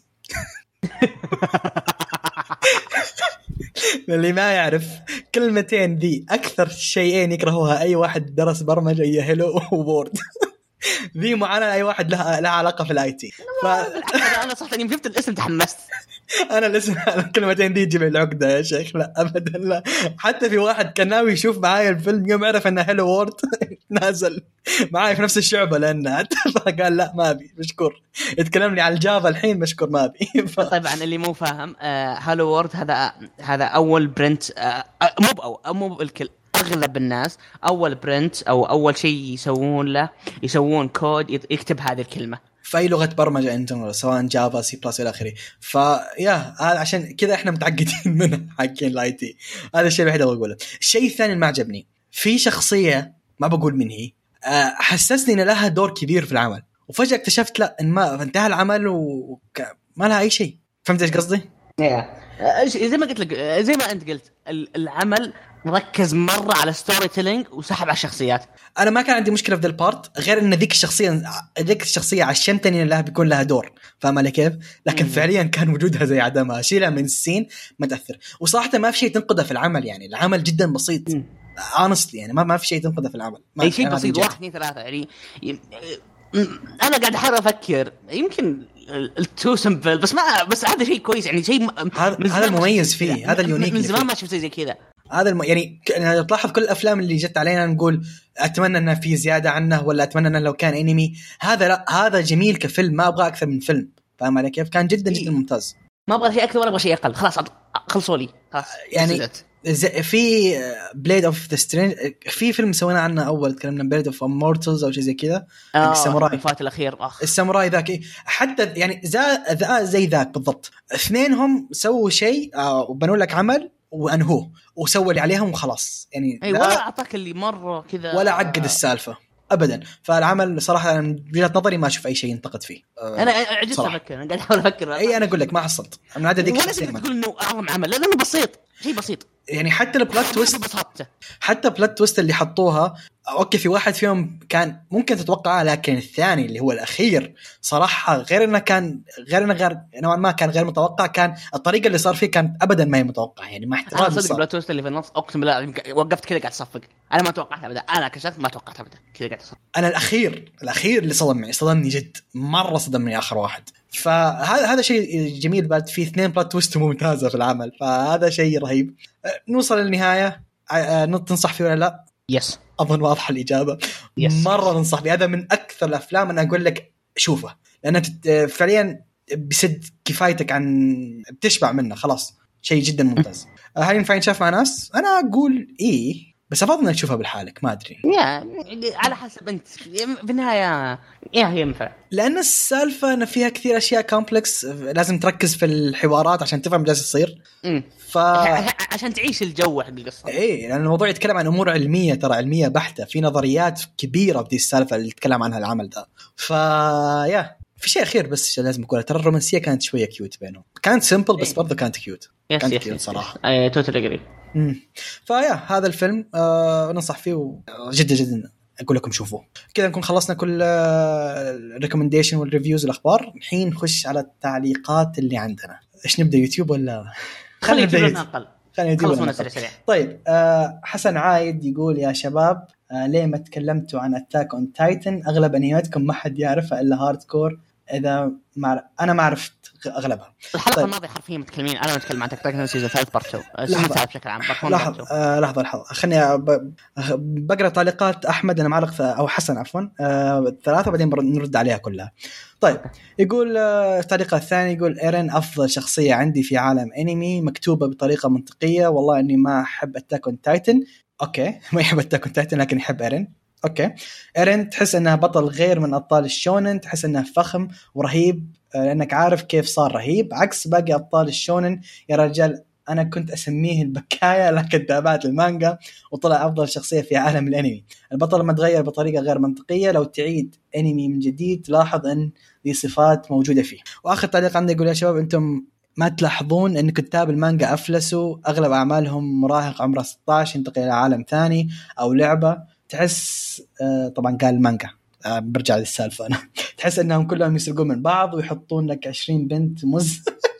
اللي ما يعرف كلمتين ذي أكثر شيئين يكرهوها أي واحد درس برمجة، هي هيلو وورد. ذي معانا أي واحد لها علاقة في الآي تي. أنا صحت إني شفت الاسم تحمست. أنا الاسم الكلمتين دي تجيب العقدة يا شيخ، لا أبدا لا. حتى في واحد كان ناوي يشوف معايا الفيلم، يوم عرف أنه هيلو وورد نازل معايا في نفس الشعبة، لأنه قال لا ما أبي مشكور، يتكلم لي على الجافا الحين مشكور ما أبي. طبعا اللي مو فاهم هيلو وورد هذا أول برنت، مو الكل، أغلب الناس أول برنت أو أول شيء يسوون كود يكتب هذه الكلمة في أي لغة برمجة أنتم، سواء جافا سي بلس إلى آخره. فيا هذا عشان كذا إحنا متعقدين منه حقين الآي تي. هذا الشيء الوحيد اللي أقوله. الشيء الثاني اللي ما عجبني في شخصية، ما بقول من هي، حسسني إن لها دور كبير في العمل، وفجأة اكتشفت لا، إن ما انتهى العمل وما لها أي شيء. فهمت إيش قصدي؟ زي ما قلت لك، زي ما أنت قلت، العمل ركز مرة على ستوري تيلينج وسحب على الشخصيات. أنا ما كان عندي مشكلة في ذا البارت، غير إن ذيك الشخصية عشمتني إن لها بيكون لها دور، فاهم علي كيف؟ لكن فعليا كان وجودها زي عدمها، شيلها من السين ما تأثر. وصراحة ما في شيء تنقده في العمل يعني، العمل جدا بسيط honestly يعني، ما في شيء تنقده في العمل، أي شيء بسيط. 1 2 3 يعني. أنا قاعد أحاول أفكر يمكن التو سمبل، بس هذا شيء كويس يعني، شيء هذا المميز فيه، هذا اليونيك. من زمان ما شفت زي كذا. هذا يعني تلاحظ كل الافلام اللي جت علينا نقول اتمنى انه في زياده عنه، ولا اتمنى انه لو كان انمي. هذا لا، هذا جميل كفيلم، ما ابغى اكثر من فيلم. فاهم علي كيف؟ كان جدا جدا ممتاز، ما ابغى شيء اكثر ولا ابغى شيء اقل. خلاص خلصوا لي يعني. في بليد اوف ذا سترينج، في فيلم سوينا عنه اول، تكلمنا بليد اوف مورتلز او شيء زي كذا، الساموراي الفات الاخير. الساموراي ذاك حتى يعني زي ذاك بالضبط. اثنينهم سووا شيء وبنوا لك عمل وانهوه وسووا اللي عليهم وخلاص يعني. ولا اعطاك اللي مره كذا، ولا عقد السالفه. ابدا. فالعمل صراحه من وجهه نظري ما اشوف اي شيء ينتقد فيه. انا عجزت افكر، انا قاعد احاول افكر. اي انا اقول لك ما حصلت من عدد ذيك السينما تقول انه اعظم عمل، لانه بسيط، شيء بسيط يعني. حتى البلات تويست، حتى البلات تويست اللي حطوها اوكي، في واحد فيهم كان ممكن تتوقعه، لكن الثاني اللي هو الاخير صراحه غير نوعا ما كان غير متوقع. كان الطريقه اللي صار فيه كانت ابدا ما هي متوقعه يعني. ما احترام صدق البلات تويست اللي في النص اقسم بالله وقفت كذا قاعد اصفق. انا ما توقعت ابدا، انا كشخص ما توقعت ابدا كذا قاعد اصفق. انا الاخير اللي صدمني جد مره، صدمني اخر واحد. فهذا شيء جميل. بعد في 2 بلات تويست ممتازه في العمل، فهذا شيء رهيب. نوصل للنهايه، تنصح فيه ولا لا؟ يس اظن واضحه الاجابه. مره ننصح فيه. هذا من اكثر الافلام انا اقول لك شوفه، لانه فعليا بسد كفايتك عن بتشبع منه خلاص. شيء جدا ممتاز. هل ينفع ينشاف مع ناس؟ انا اقول ايه، بس افضل انك تشوفها بالحالك. ما ادري على حسب انت في النهايه هي ينفع، لان السالفه ان فيها كثير اشياء كومبلكس، لازم تركز في الحوارات عشان تفهم ايش يصير. عشان تعيش الجو حق القصه. ايه، لان الموضوع يتكلم عن امور علميه، ترى علميه بحته، في نظريات كبيره في دي السالفه اللي يتكلم عنها العمل ده. في شيء اخير بس لازم اقوله، ترى الرومانسيه كانت شويه كيوت بينهم، كانت سيمبل بس برضه كانت كيوت. كانت كيوت صراحه. توتال اجري. هذا الفيلم ننصح فيه جدا جدا، اقول لكم شوفوه. كذا نكون خلصنا كل الريكومنديشن والريفيوز والاخبار. الحين نخش على التعليقات اللي عندنا. ايش نبدا، يوتيوب ولا خلينا ننقل؟ خلينا سريع. طيب حسن عايد يقول يا شباب ليه ما تكلمتوا عن أتاك أون تايتن؟ أغلب أنمياتكم ما حد يعرفها إلا هاردكور. إذا أنا ما عرفت أغلبها. الحلقة الماضية حرفيا متكلمين، أنا متكلم عن تايتن سيزون 3 بارت 2 بشكل عام. لحظة خلني بقرأ تعليقات أحمد أنا معلق أو حسن عفوا 3 وبعدين نرد عليها كلها. طيب يقول التعليق الثاني يقول إيرين أفضل شخصية عندي في عالم أنمي، مكتوبة بطريقة منطقية. والله إني ما أحب أتاك أون تايتن. أوكي ما يحب أتاك أون تايتن لكن يحب إيرين. أوكي إيرين تحس أنها بطل غير من أبطال الشونن، تحس أنها فخم ورهيب لأنك عارف كيف صار رهيب، عكس باقي أبطال الشونن يا رجال. أنا كنت أسميه البكاية لكن تابعت المانجا وطلع أفضل شخصية في عالم الأنمي. البطل لما تغير بطريقة غير منطقية، لو تعيد أنمي من جديد تلاحظ أن دي صفات موجودة فيه. وآخر تعليق عندي يقول يا شباب أنتم ما تلاحظون أن كتاب المانجا أفلسوا؟ أغلب أعمالهم مراهق عمره 16 ينتقل إلى عالم ثاني أو لعبة. تحس طبعا قال المانجا برجع للسالفة أنا تحس أنهم كلهم يسرقون من بعض ويحطون لك 20 بنت مز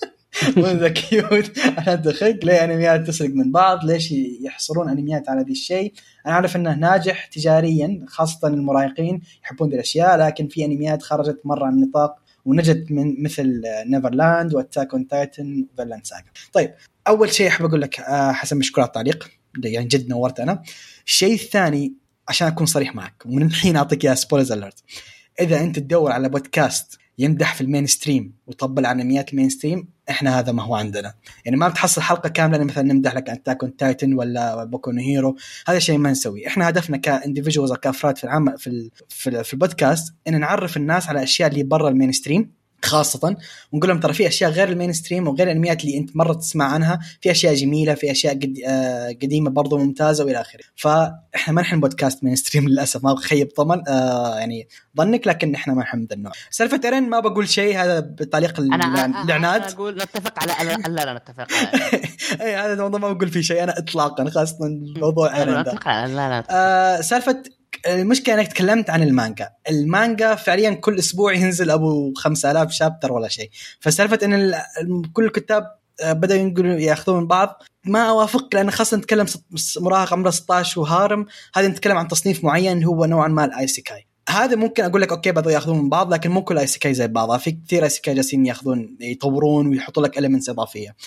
كيوت أنا دخلت ليه أنميات تسرق من بعض؟ ليش يحصرون أنميات على ذي الشيء؟ أنا أعرف أنه ناجح تجاريا خاصة المراهقين يحبون ذي الأشياء، لكن في أنميات خرجت مرة عن النطاق ونجت من مثل نيفرلاند وأتاك أون تايتن وفيلاند ساغا. طيب أول شيء أحب أقول لك حسن مشكور على التعليق يعني جد نورت أنا. الشيء الثاني عشان أكون صريح معك ومن الحين أعطيك يا سبويلرز أليرت، إذا أنت تدور على بودكاست يمدح في المين ستريم ويطبل على أنميات المين ستريم، إحنا هذا ما هو عندنا. يعني ما بتحصل حلقة كاملة مثلا نمدح لك أتاك أون تايتن ولا بوكو نو هيرو، هذا شيء ما نسوي. إحنا هدفنا كانديفيدوالز كأفراد في العمل في البودكاست إن نعرف الناس على أشياء اللي برا المين ستريم خاصة، ونقول لهم ترى في أشياء غير المين ستريم وغير الأنميات اللي أنت مرة تسمع عنها، في أشياء جميلة، في أشياء قديمة برضو ممتازة وإلى آخره. فإحنا ما نحن بودكاست مين ستريم للأسف، ما بخيب طمن يعني ظنك، لكن إحنا ما نحن من النوع. سالفة إيرين ما بقول شيء، هذا بالتعليق العناد. أنا أقول نتفق على لا نتفق أي هذا الموضوع ما بقول فيه شيء أنا إطلاقا، خاصة موضوع إيرين ده. لا سالفة المشكلة أنك تكلمت عن المانجا فعليا كل أسبوع ينزل أبو 5000 شابتر ولا شيء، فسالفة أن كل الكتاب بدأوا ينقلوا يأخذون من بعض ما أوافق، لأن خاصة نتكلم مراهق عمره 16 وهارم، هذا نتكلم عن تصنيف معين هو نوعا ما الآيسيكاي. هذا ممكن أقول لك أوكي بدأوا يأخذون من بعض، لكن مو كل آيسيكاي زي بعضها، في كثير آيسيكاي جالسين يأخذون يطورون ويحطوا لك إليمنتس إضافية.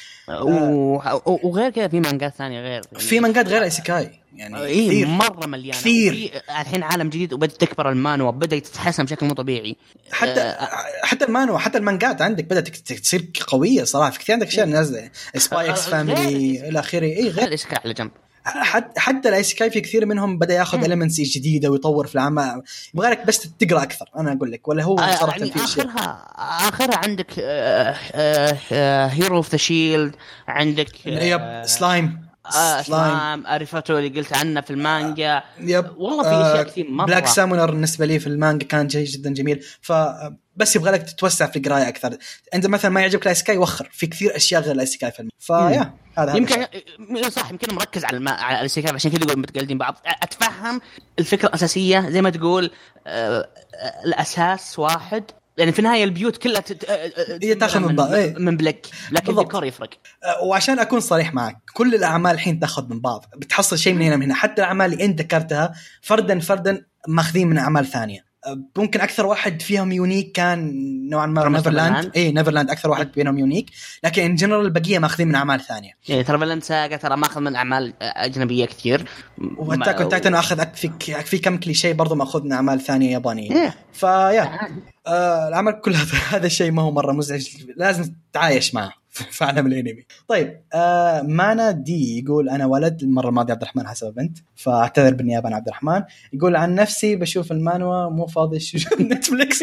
وغير كذا في مانجات ثانية غير في مانجات غير آيسيكاي يعني إيه مرة مليانة كثير. الحين عالم جديد وبدأت تكبر المانوا، بدأت تتحسن بشكل مو طبيعي. حتى المانوا حتى المانجات عندك بدأت تصير قوية صراحة. في كثير عندك أشياء نازلة سباي إكس فاميلي إلى آخره. إيه غير الإسكاي على جنب. حتى الايسكاي في كثير منهم بدأ ياخذ إليمنتس جديدة ويطور في العمل. يبغالك بس تقرأ أكثر أنا أقول لك، ولا هو صراحة يعني في شيء. آخرها عندك هيرو اوف ذا شيلد، عندك سلايم سلايم اريفاتو اللي قلت عنه في المانجا. يب. والله في اشياء كثير مره. بلاك سامونر بالنسبه لي في المانجا كان جدا جميل. بس يبغى لك تتوسع في القرايه اكثر. انت مثلا ما يعجبك الايسكاي وخر في كثير اشياء غير الايسكاي في فيا هذا يمكن صح يمكن مركز على الايسكاي عشان كذا يقول متقلدين بعض. اتفهم الفكره الاساسيه زي ما تقول الاساس واحد يعني في النهايه البيوت كلها هي تاخذ من بلاك لكن الديكور يفرق. وعشان اكون صريح معك كل الاعمال الحين تاخذ من بعض بتحصل شيء من هنا من هنا. حتى الاعمال اللي انت ذكرتها فردا ماخذين من اعمال ثانيه. ممكن اكثر واحد فيهم يونيك كان نوعا ما نيفرلاند. نيفرلاند اكثر واحد بينهم يونيك لكن ان جنرال البقيه ماخذين من اعمال ثانيه. يعني ترى فالنت ساغا ترى ماخذ من اعمال اجنبيه كثير. واتاك اون تايتن اخذ في كم كليشيه برضه ماخذ من اعمال ثانيه يابانيه. فيا العمل كل هذا الشيء ما هو مره مزعج لازم تتعايش معه في عالم الانمي. طيب مانا دي يقول انا ولد المره الماضيه عبد الرحمن حسب بنت فاعتذر بالنيابه عن عبد الرحمن. يقول عن نفسي بشوف المانوا مو فاضي نتفليكس.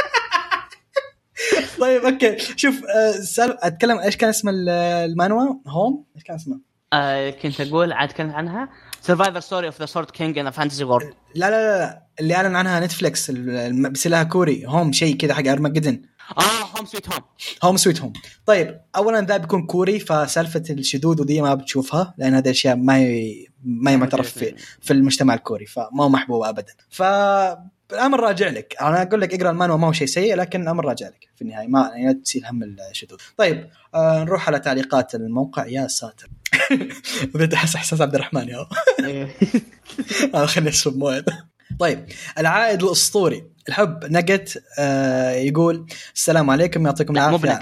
طيب اوكي شوف اتكلم ايش كان اسم المانوا هوم ايش كان اسمه كنت اقول عاد كنت عنها Survivor Story of the Sword King in a Fantasy World. لا اللي اعلن عنها نتفليكس بس لها كوري هوم شيء كذا حق ارمجدن. هوم سويت هوم. طيب اولا ذا بيكون كوري فسالفه الشذوذ ودي ما بتشوفها لان هذه الاشياء ما معترف في المجتمع الكوري فما هو محبوب ابدا. فالامر راجع لك. انا اقول لك اقرا المانوا ما هو شيء سيء لكن الامر راجع لك في النهايه ما يعني تشيل هم الشذوذ. طيب نروح على تعليقات الموقع. يا ساتر بدي احس احساس عبد الرحمن يا خليني اشرب مويه. طيب العائد الاسطوري الحب نجت يقول السلام عليكم يعطيكم العافيه.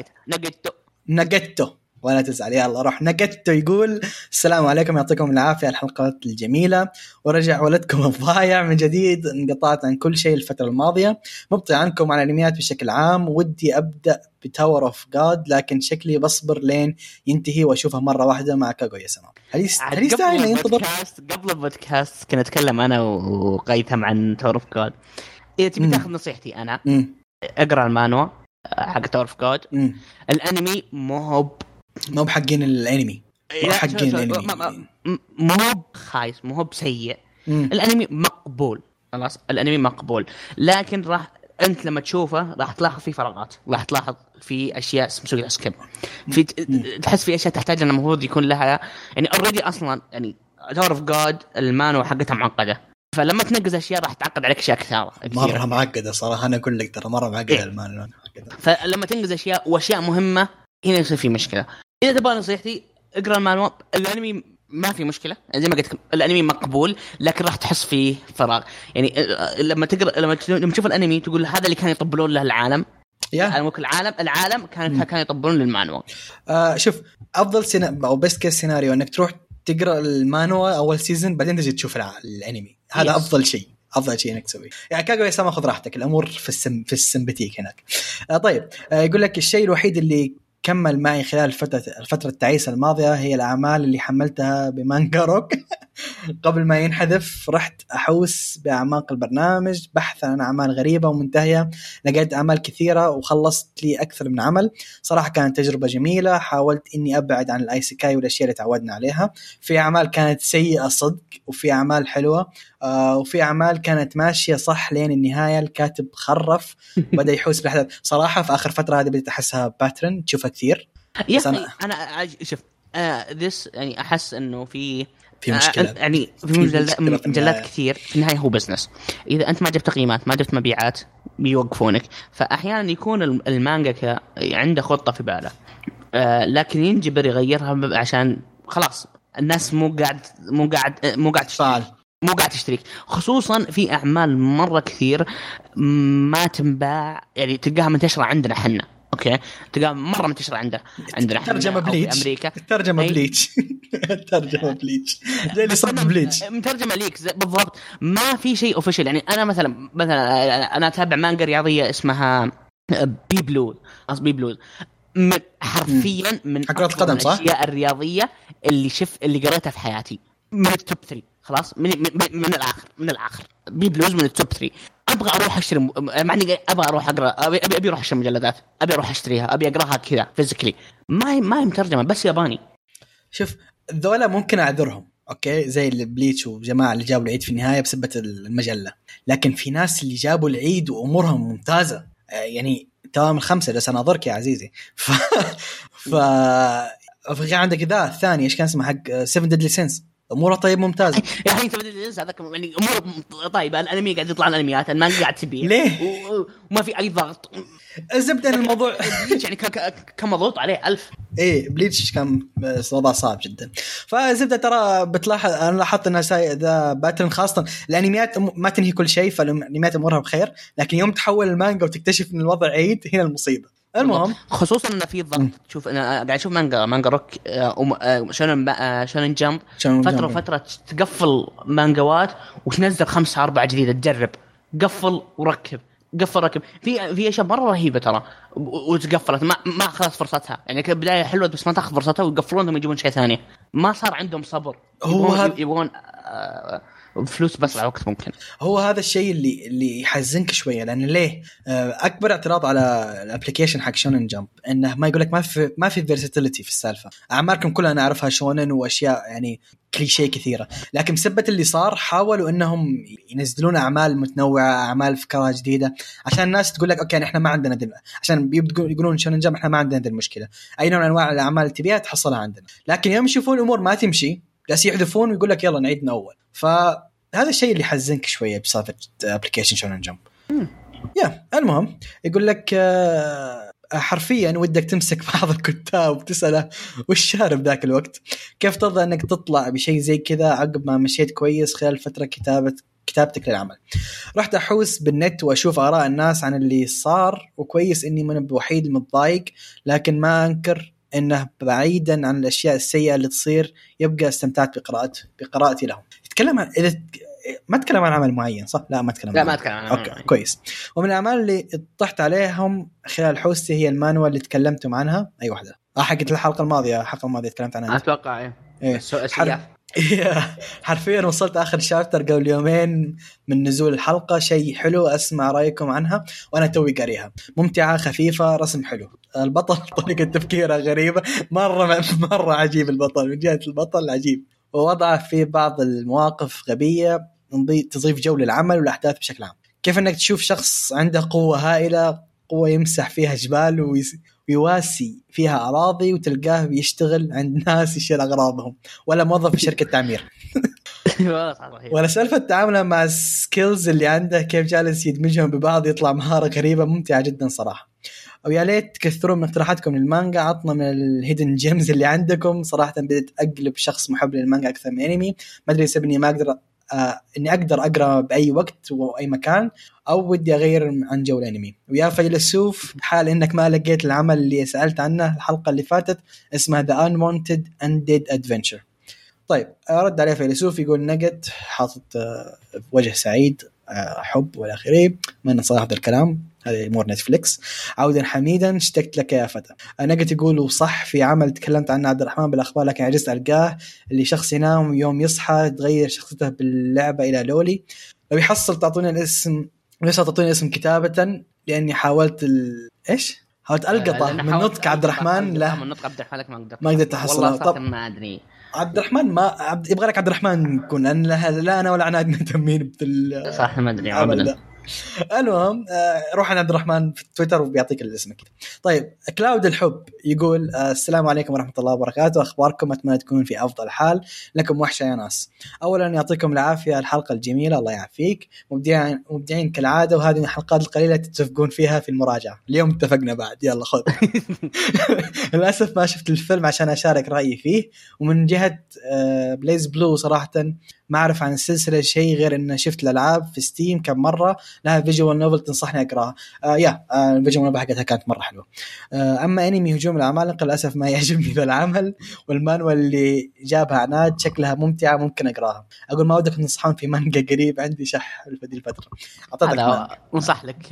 نجتو ولا تزعل يلا روح. نجتو يقول السلام عليكم يعطيكم العافيه الحلقات الجميله ورجع ولدكم الضايع من جديد. انقطعت عن كل شيء الفتره الماضيه مبطي عنكم عن الانميات بشكل عام. ودي ابدا بتاور اوف جاد لكن شكلي بصبر لين ينتهي واشوفه مره واحده مع كاغويا سما. هل يستاهل ينتظر؟ قبل البودكاست كنا نتكلم انا وقيثم عن تاور اوف جاد. اذا تبي تاخذ نصيحتي انا اقرا المانوا حق تاور اوف جاد. الانمي مو بحقين الانمي مو حقين الانمي مو خايس مو بسيء. الانمي مقبول خلاص الانمي مقبول لكن راح انت لما تشوفه راح تلاحظ فيه فراغات راح تلاحظ فيه اشياء مسوي لها سكيب في تحس في اشياء تحتاج ان المفروض يكون لها يعني اوريدي اصلا يعني تاور اوف جاد المانوا حقتها معقده فلما تنقز اشياء راح تعقد عليك اشياء كثيره مره معقده صراحه. انا اقول لك ترى مره معقده المانوا فلما تنقز اشياء واشياء مهمه هنا يصير في مشكله. اذا تبغى نصيحتي اقرا المانوا. الانمي ما في مشكله زي ما قلت الانمي مقبول لكن راح تحس فيه فراغ يعني لما تقرا لما تشوف الانمي تقول هذا اللي كانوا يطبلون له العالم العالم كان يطبلون للمانوا. شوف افضل او بيست كيس سيناريو انك تروح تقرا المانوا اول سيزون بعدين تجي تشوف الانمي. هذا افضل شيء انك تسويه يعني. كاغويا سما خذ راحتك الامور في السمبتيك هناك. طيب يقول لك الشيء الوحيد اللي كمل معي خلال الفترة التعيسة الماضية هي الأعمال اللي حملتها بمانجا روك. قبل ما ينحذف رحت أحوس بأعماق البرنامج بحثا عن أعمال غريبة ومنتهية. لقيت أعمال كثيرة وخلصت لي أكثر من عمل. صراحة كانت تجربة جميلة. حاولت إني أبعد عن الآيسيكاي والأشياء اللي تعودنا عليها. في أعمال كانت سيئة صدق وفي أعمال حلوة وفي أعمال كانت ماشية صح لين النهاية الكاتب خرف بدأ يحوس بالأحداث. صراحة في آخر فترة هذه بدأت أحسها باترن تشوفها كثير. أنا شوف this يعني أحس إنه في مشكلة يعني في مجلات كثير في النهاية هو بزنس. إذا أنت ما جبت تقييمات ما جبت مبيعات بيوقفونك. فأحيانا يكون المانجا عنده خطة في باله لكن ينجبر يغيرها عشان خلاص الناس مو قاعد تشترك. خصوصا في أعمال مرة كثير ما تنباع يعني تلقاها منتشرة عندنا حنا اوكي تلقاها مره منتشره عندنا ترجمه بليتش امريكا ترجمه بليتش ترجمه بليتش زي اللي صب بليتش مترجمه ليك بالضبط. ما في شيء اوفيشال يعني. انا مثلا انا اتابع مانجا رياضيه اسمها بي بلوز حرفيا من كرة القدم صح الاشياء الرياضيه اللي قريتها في حياتي من التوب 3 خلاص من الاخر بي بلوز من التوب 3. ابغى اروح اشتري معني ابغى اروح اقرا ابي اروح اشتري مجلدات ابي اروح اشتريها ابي اقراها كذا فيزيكلي ما هي مترجمه بس ياباني. شوف ذولا ممكن اعذرهم، اوكي، زي البليتش وجماعه اللي جابوا العيد في النهايه بسبه المجله، لكن في ناس اللي جابوا العيد وامورهم ممتازه، يعني تمام الخمسه بس اناظرك يا عزيزي. ف في عندك ذا الثاني ايش كان اسمه حق 7 ديدلي سينس، اموره طيب ممتازه يا اخي 7 ديدلي سينس هذاك يعني اموره طيبه. الانمي قاعد يطلع الانميات، المانجا قاعد تبيع ليه وما في اي ضغط. الزبده الموضوع يعني كم مضغوط عليه 1000. ايه بليتش كان وضع صعب جدا. فزبده ترى بتلاحظ، انا لاحظت انها ذا باترن، خاصه الانميات ما تنهي كل شيء، فالانميات امورها بخير، لكن يوم تحول المانجا وتكتشف ان الوضع عيد هنا المصيبه. المهم خصوصا ان في ضغط. شوف انا قاعد اشوف مانجا روك شونن جامب فتره تقفل مانجوات وتنزل 5-4 جديده، تجرب قفل وركب قفل ركب في اشياء مره رهيبه ترى، وتقفلت ما اخذت فرصتها. يعني كانت بدايه حلوه بس ما تاخذ فرصتها ويقفلون ثم يجيبون شيء ثاني. ما صار عندهم صبر، يبغون فلوس بسرعة وقت ممكن. هو هذا الشيء اللي يحزنك شويه، لان ليه اكبر اعتراض على الابلكيشن حق شونن جامب انه ما يقول لك ما في فيرساتيليتي في السالفه. اعماركم كلها انا اعرفها شونن واشياء يعني كليشيه كثيره، لكن بسبه اللي صار حاولوا انهم ينزلون اعمال متنوعه، اعمال فكره جديده، عشان الناس تقول لك اوكي احنا ما عندنا عشان يقولون شونن جامب احنا ما عندنا هذه المشكله، اي نوع من انواع الاعمال اللي تبيها تحصلها عندنا. لكن يوم يشوفون الامور ما تمشي بس يحذفون ويقول لك يلا نعيد من اول. فهذا الشيء اللي حزنك شويه بسالفه ابلكيشن شونن جامب. المهم يقول لك حرفيا ودك تمسك بعض الكتاب وتسأله وش شارب ذاك الوقت، كيف ترضى انك تطلع بشيء زي كذا عقب ما مشيت كويس خلال فتره كتابتك للعمل. رحت احوس بالنت واشوف اراء الناس عن اللي صار، وكويس اني من الوحيد المتضايق، لكن ما انكر انه بعيدا عن الاشياء السيئه اللي تصير يبقى استمتعت بقراءتي لهم. يتكلم عن اذا ما تكلم عن عمل معين صح؟ لا ما تكلم عن اوكي كويس. ومن الاعمال اللي طحت عليهم خلال حوستي هي المانوال اللي تكلمتم عنها. اي واحده حقت الحلقه الماضيه تكلمت عنها اتوقع ايه حرفيا وصلت اخر شابتر قبل يومين من نزول الحلقه. شيء حلو، اسمع رايكم عنها وانا توي قاريها. ممتعه خفيفه، رسم حلو، البطل طريقه تفكيره غريبه مره عجيب، البطل من جهه البطل عجيب، ووضعه في بعض المواقف غبيه تضيف جو للعمل والاحداث بشكل عام. كيف انك تشوف شخص عنده قوه هائله، قوه يمسح فيها جبال ويواسي فيها أراضي، وتلقاه بيشتغل عند ناس يشيل أغراضهم، ولا موظف في شركة تعمير ولا سالفة تعامله مع السكيلز اللي عنده، كيف جالس يدمجهم ببعض يطلع مهارة غريبة ممتعة جدا صراحة. ويا ليت تكثرون من اقتراحاتكم للمانجا، عطنا من الهيدن جيمز اللي عندكم. صراحة بديت أقلب شخص محب للمانجا أكثر من أنمي، ما أدري سبني ما أقدر إني أقدر أقرأ بأي وقت وأي مكان، أو ودي أغير عن جو الأنمي. ويا فيلسوف، بحال إنك ما لقيت العمل اللي سألت عنه الحلقة اللي فاتت، اسمه The Unwanted Undead Adventure. طيب رد عليه فيلسوف يقول نقد حاطط وجه سعيد حب والآخره من صراحة هذا الكلام، هذا امور نتفليكس. عودا حميدا، اشتقت لك يا فتى. نقد يقول وصح في عمل تكلمت عنه عبد الرحمن بالاخبار، لكن عجزت القاه، اللي شخص ينام يوم يصحى تغير شخصيته باللعبه الى لولي. لو يحصل تعطوني الاسم، ليش تعطوني اسم كتابه، لاني حاولت حاولت القطه من نطق عبد الرحمن. لا من نطق عبد الرحمن ما قدرت احصله. طب ما ادري عبد الرحمن ما يبغى لك عبد الرحمن يكون، أن لا أنا ولا عناد مهتمين صح ما أدري عبدا. المهم روح عند عبد الرحمن في تويتر وبيعطيك الاسم كده. طيب كلاود الحب يقول السلام عليكم ورحمة الله وبركاته، أخباركم؟ أتمنى تكونون في أفضل حال، لكم وحشة يا ناس. أولا يعطيكم العافية الحلقة الجميلة، الله يعافيك، مبدعين كالعادة، وهذه من الحلقات القليلة تتفقون فيها في المراجعة. اليوم اتفقنا بعد، يلا خذ. للأسف ما شفت الفيلم عشان أشارك رأيي فيه، ومن جهة بليز بلو صراحة ما أعرف عن السلسلة شيء غير أن شفت الألعاب في ستيم كم مرة لها فيجوال نوفل تنصحني أقرأها. الفيجوال نوفل حقتها كانت مرة حلوة. أما أنمي هجوم العمالقة للأسف ما يعجبني ذا العمل، والمانوال اللي جابها عناد شكلها ممتعة ممكن أقرأها. أقول ما ودك تنصحون في مانجا قريب، عندي شح في هذه الفترة. أعطيتك نصح لك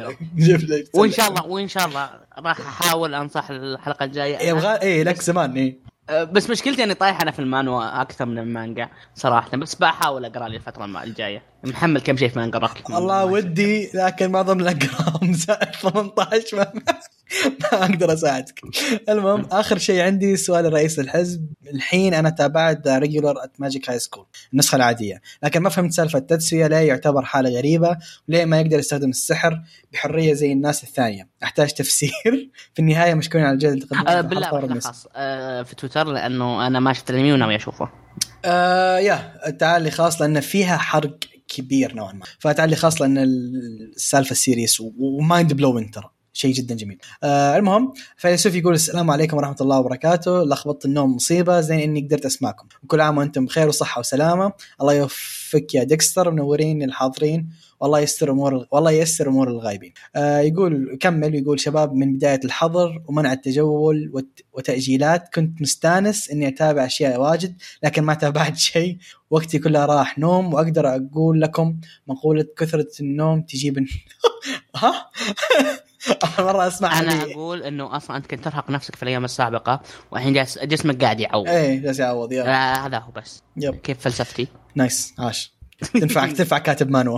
وإن شاء الله راح أحاول أنصح الحلقة الجاية. يبغى لك زمان بس مشكلتي اني طايح انا في المانوا اكثر من المانجا صراحه، بس بحاول اقرا لي الفتره الجايه، محمل كم شيء في مانجا روك الله ودي، لكن معظم الاقرام 18 ما أقدر أساعدك. المهم آخر شيء عندي سؤال رئيس الحزب. الحين أنا تابعت The Regular at Magic High School النسخة العادية، لكن ما فهمت سالفة تدسوية ليه يعتبر حالة غريبة، وليه ما يقدر يستخدم السحر بحرية زي الناس الثانية. أحتاج تفسير. في النهاية مشكورين على الجهد بالله خاص في تويتر، لأنه أنا ما شفت الأنمي وناوي أشوفه. يا تعالي خاص لأن فيها حرق كبير نوعا ما، فتعالي خاص لأن السالفة سيريس ومايند بلوين ترى شيء جدا جميل. المهم فيوسف يقول السلام عليكم ورحمة الله وبركاته. لخبطت النوم مصيبة، زين إني قدرت أسمعكم، وكل عام وأنتم بخير وصحة وسلامة. الله يوفقك يا ديكستر، منورين الحاضرين، والله ييسر أمور الغايبين. يقول كمل، يقول شباب من بداية الحظر ومنع التجول وتأجيلات كنت مستانس إني أتابع أشياء واجد، لكن ما تابعت شيء، وقتي كله راح نوم. وأقدر أقول لكم مقولة كثرة النوم تجيب ها مرة أسمع. أنا أقول إنه أصلاً أنت كنت ترهق نفسك في الأيام السابقة، والحين جسمك قاعد يعوض. إيه جالس يعوض. هذا هو بس. يب. كيف فلسفتي؟ نايس عاش. تنفع كاتب مانوا.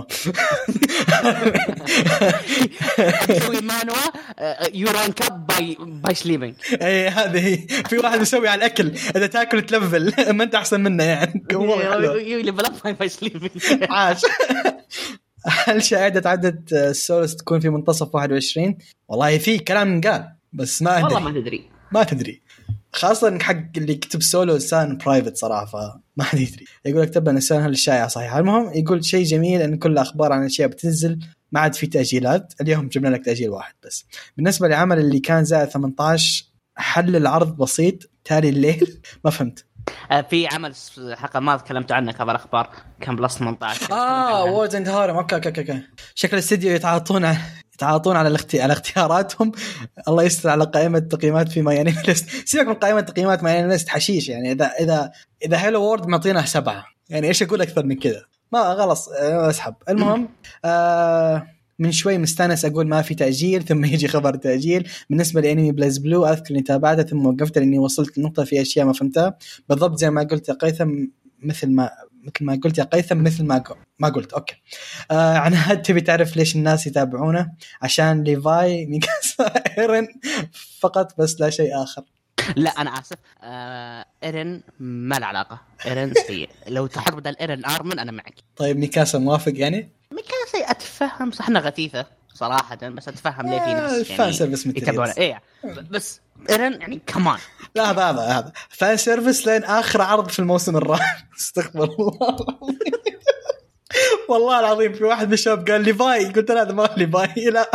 تسوي مانوا you rank up by sleeping. اي هذه في واحد يسوي على الاكل، اذا تاكل تلفل ما انت احسن منه يعني. level up by sleeping. عاش. هل شاهدت عدد السولز تكون في منتصف 21؟ والله في كلام قال بس ما ادري، والله ما تدري خاصة حق اللي يكتب سولو إنسان برايفت صراحة، فما حد يدري. يقول اكتب أن الإنسان هل الشائعة صحيحة. المهم يقول شيء جميل أن كل أخبار عن الأشياء بتنزل، ما عاد في تأجيلات. اليوم جبنا لك تأجيل واحد بس. بالنسبة لعمل اللي كان زائد 18 حل العرض بسيط تالي الليل. ما فهمت. في عمل حلقة ما تكلمت عنه كبر أخبار كان بلس 18. وورد اند هارم. اوكي. شكل الاستديو يتعاطون على اختياراتهم. الله يستر على قائمة تقييمات في ماي انمي ليست. سيبك من قائمة تقييمات ماي انمي ليست حشيش يعني. اذا هيلو وورد معطينا 7 يعني ايش اقول اكثر من كذا؟ ما خلاص اسحب. المهم من شوي مستانس اقول ما في تأجيل، ثم يجي خبر تأجيل. بالنسبة لأنمي بلاز بلو اذكر اني تابعته ثم وقفت لاني وصلت لنقطة في اشياء ما فهمتها بالضبط زي ما قلت يا قيثم، مثل ما قلت يا قيثم مثل ما قلت. اوكي عن هاد تبي تعرف ليش الناس يتابعونه؟ عشان ليفاي ميكاسا ايرن فقط بس لا شيء اخر. لا انا اسف، ايرن ما له علاقه، ايرن سيء. لو تحط بدل ايرن ارمن انا معك. طيب ميكاسا موافق يعني؟ ميكاسا اتفهم صح انها غثيثه صراحه، بس اتفهم ليه في ناس يعني فان سيرفيس يتابعونه. ايه بس ايرن يعني كمان لا هذا فان سيرفيس لين اخر عرض في الموسم الرابع. استغفر الله والله العظيم في واحد من الشباب قال ليفاي، قلت له هذا ما ليفاي لا.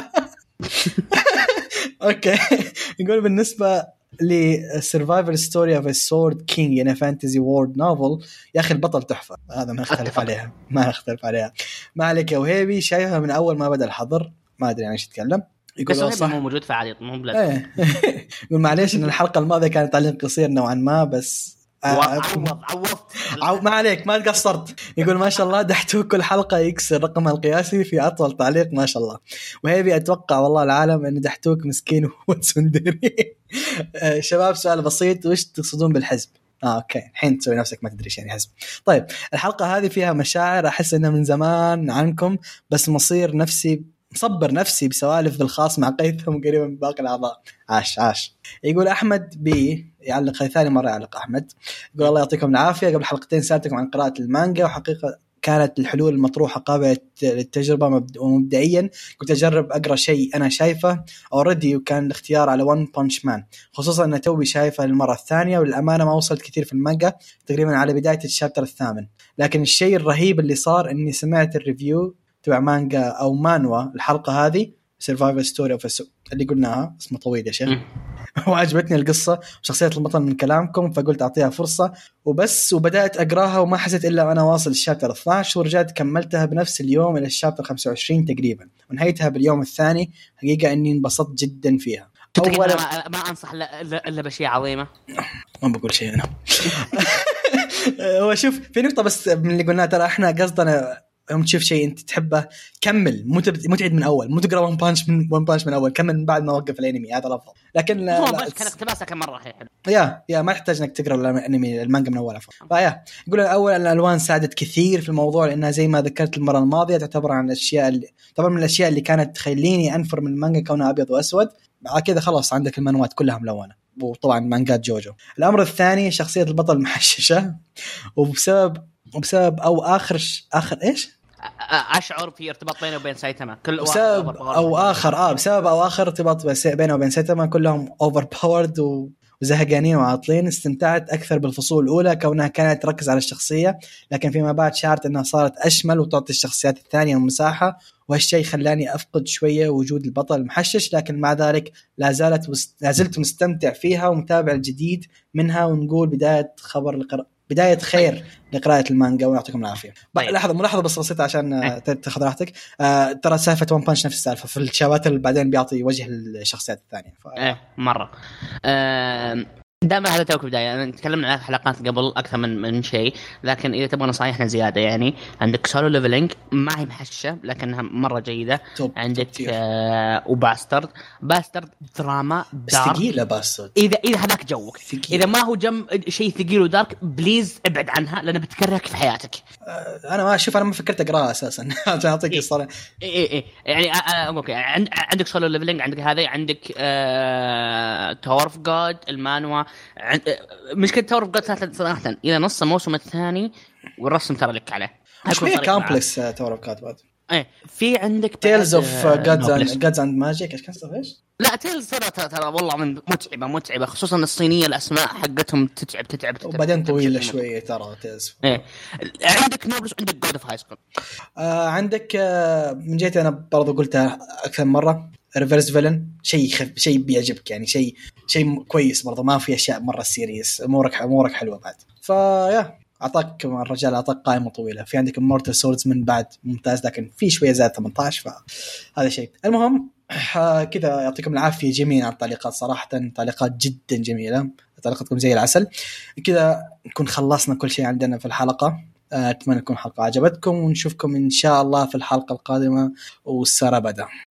اوكي يقول بالنسبه لسرفايفل ستوري اوف سورد كينج يعني فانتزي وورد نوفل، يا اخي البطل تحفه، هذا ما نختلف عليها، ما عليك يا وهيبي، شايفها من اول ما بدا الحظر. ما ادري يعني ايش يتكلم. يقول صح مو موجود في عادي مو بلا. يقول معليش ان الحلقه الماضيه كانت تعليق قصير نوعا ما بس ما عليك ما قصرت. يقول ما شاء الله دحتوك كل حلقة يكسر رقمها القياسي في أطول تعليق ما شاء الله. وهيبي أتوقع والله العالم أن دحتوك مسكين وتسندري. شباب سؤال بسيط، وش تقصدون بالحزب؟ أوكي الحين تسوي نفسك ما تدري يعني حزب. طيب الحلقة هذه فيها مشاعر أحس أنها من زمان عنكم، بس مصبر نفسي بسوالف بالخاص مع قيثم قريبا من باقي الأعضاء. عاش. يقول أحمد بي يعلق ثاني مرة يعلق أحمد، يقول الله يعطيكم العافية. قبل حلقتين سألتكم عن قراءة المانجا، وحقيقة كانت الحلول المطروحة قابلة للتجربة، ومبدئيا كنت أجرب أقرأ شيء أنا شايفه أوردي، وكان الاختيار على ون بانش مان، خصوصا أن توبي شايفه للمرة الثانية، والأمانة ما وصلت كثير في المانجا، تقريبا على بداية الشابتر 8. لكن الشيء الرهيب اللي صار أني سمعت الريفيو تبع مانجا أو مانوا الحلقة هذه Survival Story of اللي قلناها، اسمه طويل يا شيخ. وعجبتني القصة وشخصية البطل من كلامكم، فقلت أعطيها فرصة وبس، وبدأت أقراها وما حسيت إلا وأنا واصل الشابتر 12، ورجعت كملتها بنفس اليوم إلى الشابتر 25 تقريبا، ونهيتها باليوم الثاني. حقيقة أني انبسطت جدا فيها. أولا ما أنصح إلا بشيء عظيمة. ما بقول شيء أنا. هو شوف في نقطة بس من اللي قلناه، ترى إحنا قصدنا يوم تشوف شيء انت تحبه كمل، مو تعيد من اول، مو تقرا ون بانش من اول، كمل من بعد ما وقف الانمي، هذا الافضل. لكن لا كان اقتباسه كم مره حلو. يا ما تحتاج انك تقرا الانمي المانجا من اول افضل. فيا يقول الاول ان الالوان ساعدت كثير في الموضوع، لانها زي ما ذكرت المره الماضيه تعتبر من الاشياء اللي كانت تخليني انفر من المانجا كونها ابيض واسود. بعد كذا خلاص عندك المانوات كلها ملونه، وطبعا مانجات جوجو. الامر الثاني شخصيه البطل محششه، وبسبب او اخر ايش اشعر في ارتباط بينه وبين سايتاما كل بسبب او اخر بسبب او اخر ارتباط بينه وبين سايتاما، كلهم اوفر باورد وزهقانين وعاطلين. استمتعت اكثر بالفصول الاولى كونها كانت تركز على الشخصيه، لكن فيما بعد شعرت انها صارت اشمل وتعطي الشخصيات الثانيه مساحه، وهالشيء خلاني افقد شويه وجود البطل المحشش. لكن مع ذلك لا زلت مستمتع فيها ومتابع الجديد منها، ونقول بداية خير لقراءة المانجا، ويعطيكم العافية. لحظة ملاحظة بس بسيطة عشان تاخذ راحتك. ترى سالفة ون بانش نفس السالفة في الشوات اللي بعدين بيعطي وجه للشخصيات الثانية مرة. دائما هذا توك بداية، نتكلم عن حلقات قبل أكثر من شيء، لكن إذا تبغى نصايحنا زيادة يعني عندك سولو ليفلينج ما هي محششة لكنها مرة جيدة. عندك وباسترد دراما دارك ثقيلة. باسترد إذا هذاك جوك ثقيل. إذا ما هو شيء ثقيل ودارك بليز ابعد عنها لأنها بتكرهك في حياتك. أنا ما فكرت أقرأها أساسا عشان أعطيك الصراحة. يعني أوكي عندك سولو ليفلينج، عندك هذا، عندك تاور اوف جاد المانوا. مشكلة تاور اوف جاد صراحة إذا نص الموسم الثاني والرسم ترى لك عليه شوية كومبلكس. تاور اوف جاد بعد في عندك تيلز اوف جادز اند ماجيك. ايش كان اسمه ايش؟ لا تيلز ترى والله من متعبة خصوصا الصينية، الاسماء حقتهم تتعب وبعدين طويلة شوية ترى تيلز. عندك نوبلس، عندك جود اوف هاي سكول. عندك من جهتي انا برضو قلتها اكثر مرة، ريفرس فيلن شيء بيعجبك يعني، شيء كويس برضو، ما في اشياء مرة سيريس، امورك حلوة بعد. فيا الرجال أعطاك قائمة طويلة. في عندك Immortal Swords من بعد ممتاز، لكن في شوية زاد 18، فهذا شيء. المهم كذا يعطيكم العافية جميعا على التعليقات، صراحة تعليقات جدا جميلة، تعليقاتكم زي العسل. كذا نكون خلصنا كل شيء عندنا في الحلقة. أتمنى تكون الحلقة عجبتكم، ونشوفكم إن شاء الله في الحلقة القادمة، والسارة بدأ.